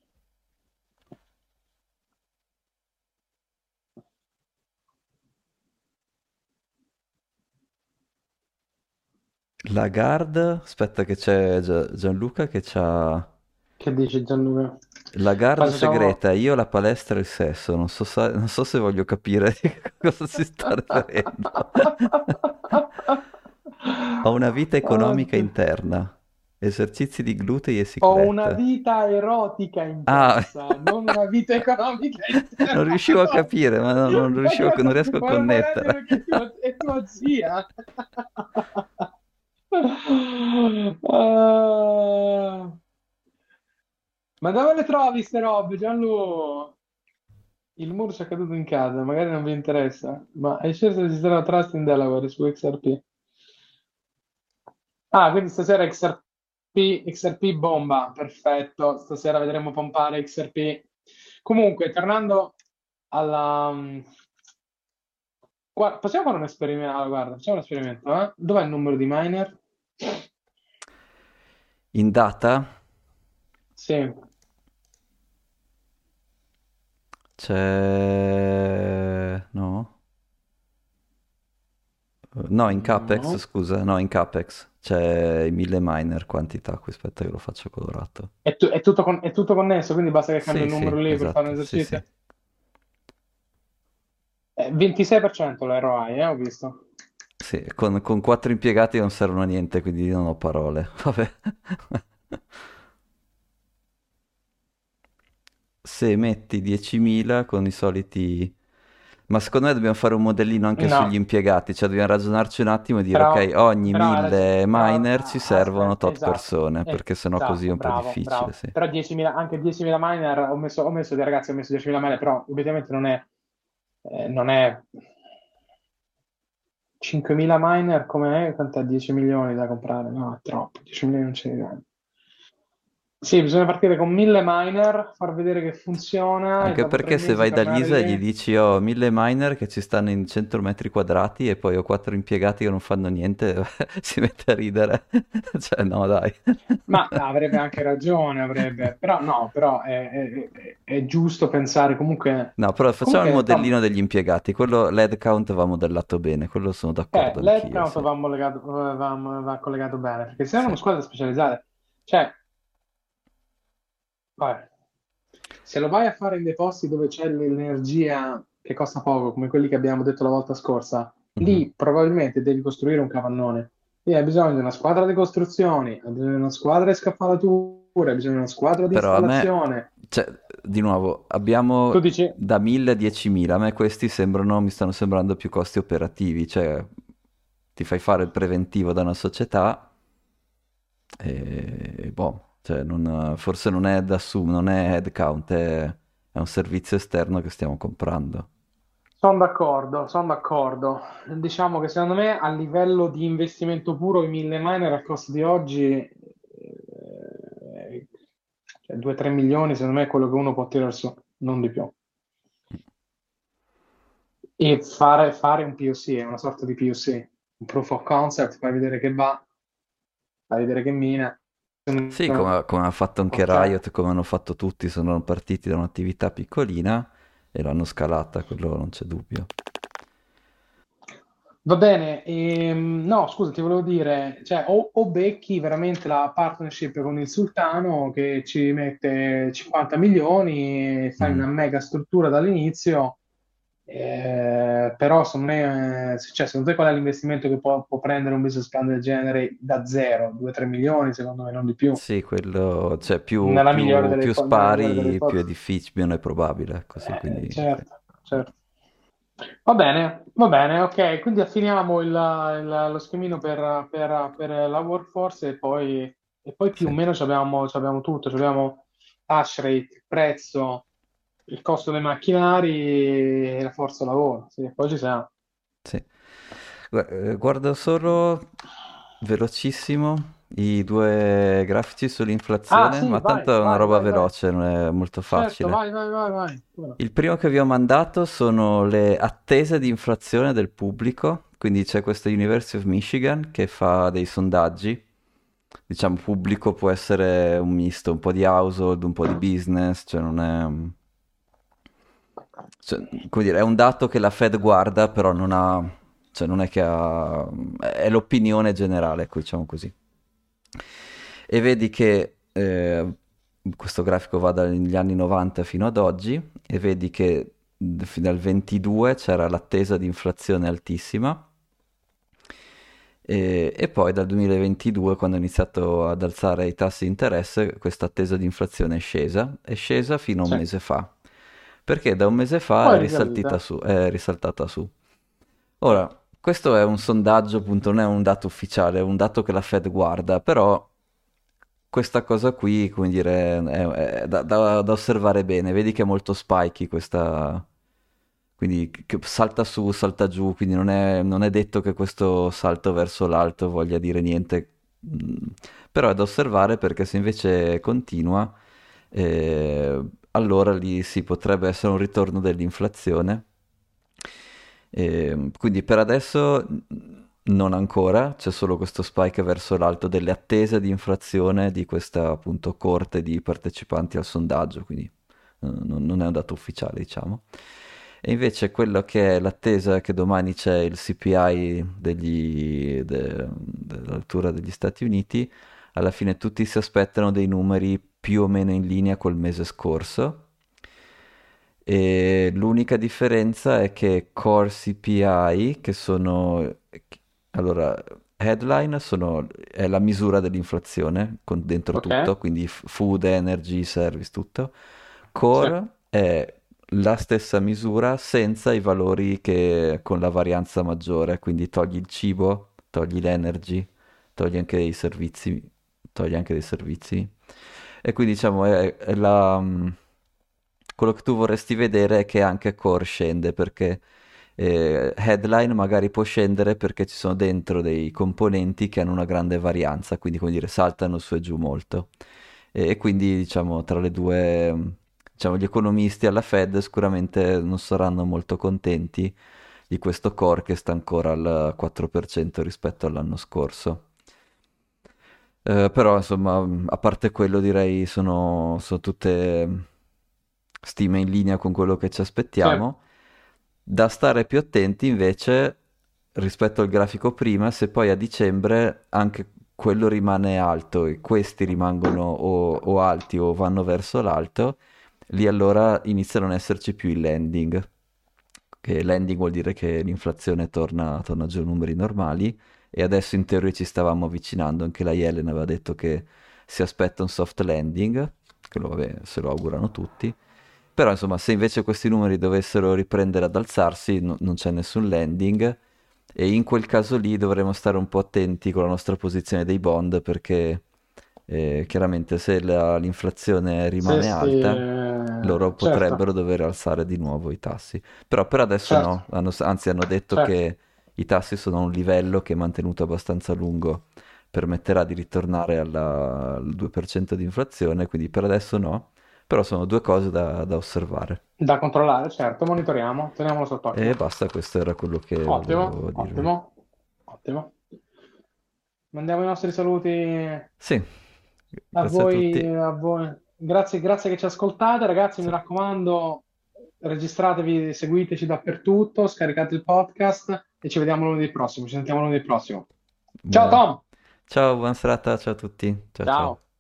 Speaker 1: Lagarde, aspetta che c'è Gia- Gianluca che c'ha...
Speaker 2: Che dici Gianluca?
Speaker 1: La
Speaker 2: Ma
Speaker 1: garda
Speaker 2: se siamo...
Speaker 1: segreta, io la palestra e il sesso, non so, sa- non so se voglio capire di che cosa si sta riferendo. Ho una vita economica
Speaker 2: Oddio.
Speaker 1: interna, esercizi di glutei e
Speaker 2: Ho una
Speaker 1: ciclette.
Speaker 2: vita erotica
Speaker 1: Ah,
Speaker 2: intensa, non una vita economica
Speaker 1: non
Speaker 2: interna.
Speaker 1: riuscivo a capire, ma non, non
Speaker 2: Ma
Speaker 1: riuscivo, non
Speaker 2: che-
Speaker 1: riesco a
Speaker 2: ma non volete
Speaker 1: connettere.
Speaker 2: perché è tua, è tua zia. Ah. Ma dove le trovi queste robe, Gianlu? Il muro ci è caduto in casa, magari non vi interessa, ma hai scelto di registrare la Trust in Delaware su X R P. Ah, quindi stasera X R P, X R P bomba, perfetto. Stasera vedremo pompare X R P. Comunque, tornando alla... mm, Gua- possiamo fare un esperimento? Ah, guarda, facciamo un esperimento, eh? Dov'è il numero di miner?
Speaker 1: In data
Speaker 2: Sì.
Speaker 1: c'è... No? No, in Capex,
Speaker 2: No.
Speaker 1: scusa, no, in Capex c'è i mille miner quantità, qui aspetta che lo faccio colorato.
Speaker 2: È, tu- è tutto con- è tutto connesso, quindi basta che cambio
Speaker 1: Sì,
Speaker 2: il numero
Speaker 1: sì,
Speaker 2: lì per fare un
Speaker 1: esatto, sì, sì.
Speaker 2: esercizio. Eh, ventisei per cento l'R O I, eh, ho visto.
Speaker 1: Sì, con, con quattro impiegati non servono a niente, quindi non ho parole. Vabbè. Se metti diecimila con i soliti... Ma secondo me dobbiamo fare un modellino anche sugli
Speaker 2: No,
Speaker 1: impiegati, cioè dobbiamo ragionarci un attimo e dire, ok,
Speaker 2: però,
Speaker 1: ogni
Speaker 2: però, hai ragio-
Speaker 1: mille
Speaker 2: però,
Speaker 1: miner ci
Speaker 2: ah,
Speaker 1: servono
Speaker 2: aspetta,
Speaker 1: tot
Speaker 2: esatto,
Speaker 1: persone, perché sennò così è
Speaker 2: esatto,
Speaker 1: un po'
Speaker 2: bravo,
Speaker 1: difficile,
Speaker 2: bravo.
Speaker 1: sì.
Speaker 2: Però diecimila, anche diecimila miner, ho messo, ho messo dei ragazzi, ho messo diecimila miner, però ovviamente non è, eh, non è cinquemila miner come è, quant'è? dieci milioni da comprare? No, è troppo, dieci milioni non ce ne danno. Sì, bisogna partire con mille miner, far vedere che funziona e
Speaker 1: Anche
Speaker 2: dopo tre
Speaker 1: perché se
Speaker 2: mesi
Speaker 1: vai da
Speaker 2: tornare
Speaker 1: Lisa e gli
Speaker 2: lì.
Speaker 1: dici ho mille miner che ci stanno in cento metri quadrati e poi ho quattro impiegati che non fanno niente, si mette a ridere. Cioè, no, dai.
Speaker 2: Ma avrebbe anche ragione, avrebbe, però no, però è, è- è- è giusto pensare comunque,
Speaker 1: No, però facciamo il
Speaker 2: comunque Tom,
Speaker 1: modellino degli impiegati, quello l'head count va modellato bene, quello sono
Speaker 2: eh,
Speaker 1: d'accordo anch'io,
Speaker 2: l'headcount
Speaker 1: sì.
Speaker 2: va, collegato, va, va collegato bene, perché se è
Speaker 1: Sì.
Speaker 2: una squadra specializzata, cioè, vabbè, se lo vai a fare in dei posti dove c'è l'energia che costa poco, come quelli che abbiamo detto la volta scorsa,
Speaker 1: Mhm.
Speaker 2: lì probabilmente devi costruire un capannone. Quindi hai bisogno di una squadra di costruzioni, hai bisogno di una squadra di scaffalature, hai bisogno di una squadra di
Speaker 1: Però a me,
Speaker 2: installazione.
Speaker 1: cioè, di nuovo,
Speaker 2: Tu
Speaker 1: abbiamo
Speaker 2: dici,
Speaker 1: da mille a diecimila, a me questi sembrano, mi stanno sembrando più costi operativi, cioè ti fai fare il preventivo da una società e boh, cioè non- forse non è da su, non è headcount, è, è un servizio esterno che stiamo comprando.
Speaker 2: sono d'accordo, sono d'accordo. Diciamo che secondo me a livello di investimento puro i mille miner al costo di oggi, eh, cioè due tre milioni, secondo me è quello che uno può tirare su, non di più. E fare, fare un P O C, è una sorta di P O C, un proof of concept, fai vedere che va, fai vedere che mina.
Speaker 1: Sì, come, come ha fatto anche
Speaker 2: Ok.
Speaker 1: Riot, come hanno fatto tutti, sono partiti da un'attività piccolina e l'hanno scalata, quello non c'è dubbio.
Speaker 2: Va bene, ehm, no, scusa, ti volevo dire, cioè, o, o becchi veramente la partnership con il sultano che ci mette cinquanta milioni, fai
Speaker 1: Mhm.
Speaker 2: una mega struttura dall'inizio, eh, però secondo me, eh, cioè, secondo te qual è l'investimento che può, può prendere un business plan del genere da zero? due tre milioni, secondo me, non di più,
Speaker 1: Sì, quello, cioè più,
Speaker 2: nella migliore
Speaker 1: più,
Speaker 2: delle,
Speaker 1: più
Speaker 2: ipo- nella migliore delle
Speaker 1: spari, più è
Speaker 2: ipotesi.
Speaker 1: difficile, meno è probabile, così,
Speaker 2: Eh,
Speaker 1: quindi sì.
Speaker 2: certo, certo. Va bene, va bene, ok. Quindi affiniamo il- il- lo schemino per, per- per la workforce e poi, e poi più o
Speaker 1: Sì,
Speaker 2: meno ci abbiamo, ci abbiamo tutto. Ci abbiamo hash rate, il prezzo, il costo dei macchinari e la forza lavoro. Sì, poi ci siamo.
Speaker 1: sì. Gu- eh, Guardo solo velocissimo i due grafici
Speaker 2: Ah,
Speaker 1: sull'inflazione,
Speaker 2: sì,
Speaker 1: ma
Speaker 2: vai,
Speaker 1: tanto è una
Speaker 2: vai,
Speaker 1: roba
Speaker 2: vai, vai.
Speaker 1: veloce, non è molto
Speaker 2: Certo,
Speaker 1: facile.
Speaker 2: vai, vai, vai, vai. Come no?
Speaker 1: Il primo che vi ho mandato sono le attese di inflazione del pubblico, quindi c'è questa University of Michigan che fa dei sondaggi, diciamo pubblico può essere un misto, un po' di household, un po' di business, cioè non è... cioè, come dire, è un dato che la Fed guarda, però non ha... cioè non è che ha... è l'opinione generale, ecco, diciamo così. E vedi che eh, questo grafico va dagli anni novanta fino ad oggi e vedi che d- fino al ventidue c'era l'attesa di inflazione altissima e, e poi dal duemilaventidue, quando ha iniziato ad alzare i tassi di interesse, questa attesa di inflazione è scesa, è scesa fino a un
Speaker 2: Sì.
Speaker 1: mese fa, perché da un mese fa
Speaker 2: Poi
Speaker 1: è
Speaker 2: è
Speaker 1: risaltita
Speaker 2: risalita.
Speaker 1: su, è risaltata su. Ora, questo è un sondaggio, appunto, non è un dato ufficiale, è un dato che la Fed guarda, però questa cosa qui, come dire, è, è da, da- da osservare bene. Vedi che è molto spiky questa, quindi che salta su, salta giù, quindi non è, non è detto che questo salto verso l'alto voglia dire niente, mm, però è da osservare perché se invece continua, eh, allora lì sì, potrebbe essere un ritorno dell'inflazione. E, quindi per adesso mm, non ancora, c'è solo questo spike verso l'alto delle attese di inflazione di questa appunto corte di partecipanti al sondaggio, quindi eh, non, non è un dato ufficiale, diciamo. E invece quello che è l'attesa è che domani c'è il C P I degli, de- dell'altura degli Stati Uniti, alla fine tutti si aspettano dei numeri più o meno in linea col mese scorso. E l'unica differenza è che Core C P I, che sono... Allora, headline sono, è la misura dell'inflazione, con dentro
Speaker 2: Ok?
Speaker 1: tutto, quindi f- food, energy, service, tutto.
Speaker 2: Sì.
Speaker 1: Core è la stessa misura senza i valori che con la varianza maggiore, quindi togli il cibo, togli l'energy, togli anche i servizi, togli anche dei servizi. E quindi diciamo è, è la, mm, quello che tu vorresti vedere è che anche core scende perché eh, headline magari può scendere perché ci sono dentro dei componenti che hanno una grande varianza, quindi come dire saltano su e giù molto. E, e quindi diciamo tra le due, mm, diciamo gli economisti alla Fed sicuramente non saranno molto contenti di questo core che sta ancora al quattro per cento rispetto all'anno scorso. Eh, però, insomma, a parte quello, direi sono, sono tutte stime in linea con quello che ci
Speaker 2: Sì.
Speaker 1: aspettiamo. Da stare più attenti invece rispetto al grafico prima, se poi a dicembre anche quello rimane alto e questi rimangono o, o alti o vanno verso l'alto, lì allora iniziano a non esserci più i landing. Che landing vuol dire che l'inflazione torna, torna giù a numeri normali e adesso in teoria ci stavamo avvicinando, anche la Yellen aveva detto che si aspetta un soft landing, che lo, vabbè, se lo augurano tutti, però insomma se invece questi numeri dovessero riprendere ad alzarsi no- non c'è nessun landing e in quel caso lì dovremo stare un po' attenti con la nostra posizione dei bond perché eh, chiaramente se la- l'inflazione
Speaker 2: Se
Speaker 1: rimane
Speaker 2: sti...
Speaker 1: alta
Speaker 2: eh,
Speaker 1: loro
Speaker 2: certo,
Speaker 1: potrebbero dover alzare di nuovo i tassi. Però per adesso
Speaker 2: certo,
Speaker 1: no, hanno- anzi hanno detto
Speaker 2: certo.
Speaker 1: che i tassi sono a un livello che è mantenuto abbastanza a lungo, permetterà di ritornare alla- al due per cento di inflazione, quindi per adesso no, però sono due cose da, da osservare.
Speaker 2: Da controllare, certo, monitoriamo, teniamolo
Speaker 1: E
Speaker 2: sott'occhio.
Speaker 1: basta, questo era quello che
Speaker 2: Ottimo,
Speaker 1: volevo dirvi.
Speaker 2: ottimo, ottimo. Mandiamo i nostri saluti
Speaker 1: Sì,
Speaker 2: a
Speaker 1: grazie a
Speaker 2: voi,
Speaker 1: tutti.
Speaker 2: a voi. Grazie, grazie che ci ascoltate, ragazzi. Mi
Speaker 1: Sì.
Speaker 2: raccomando, registratevi, seguiteci dappertutto, scaricate il podcast e ci vediamo lunedì prossimo. Ci sentiamo lunedì prossimo. Ciao
Speaker 1: Buona-
Speaker 2: Tom!
Speaker 1: Ciao, buona serata, ciao a tutti. Ciao ciao.
Speaker 2: Ciao!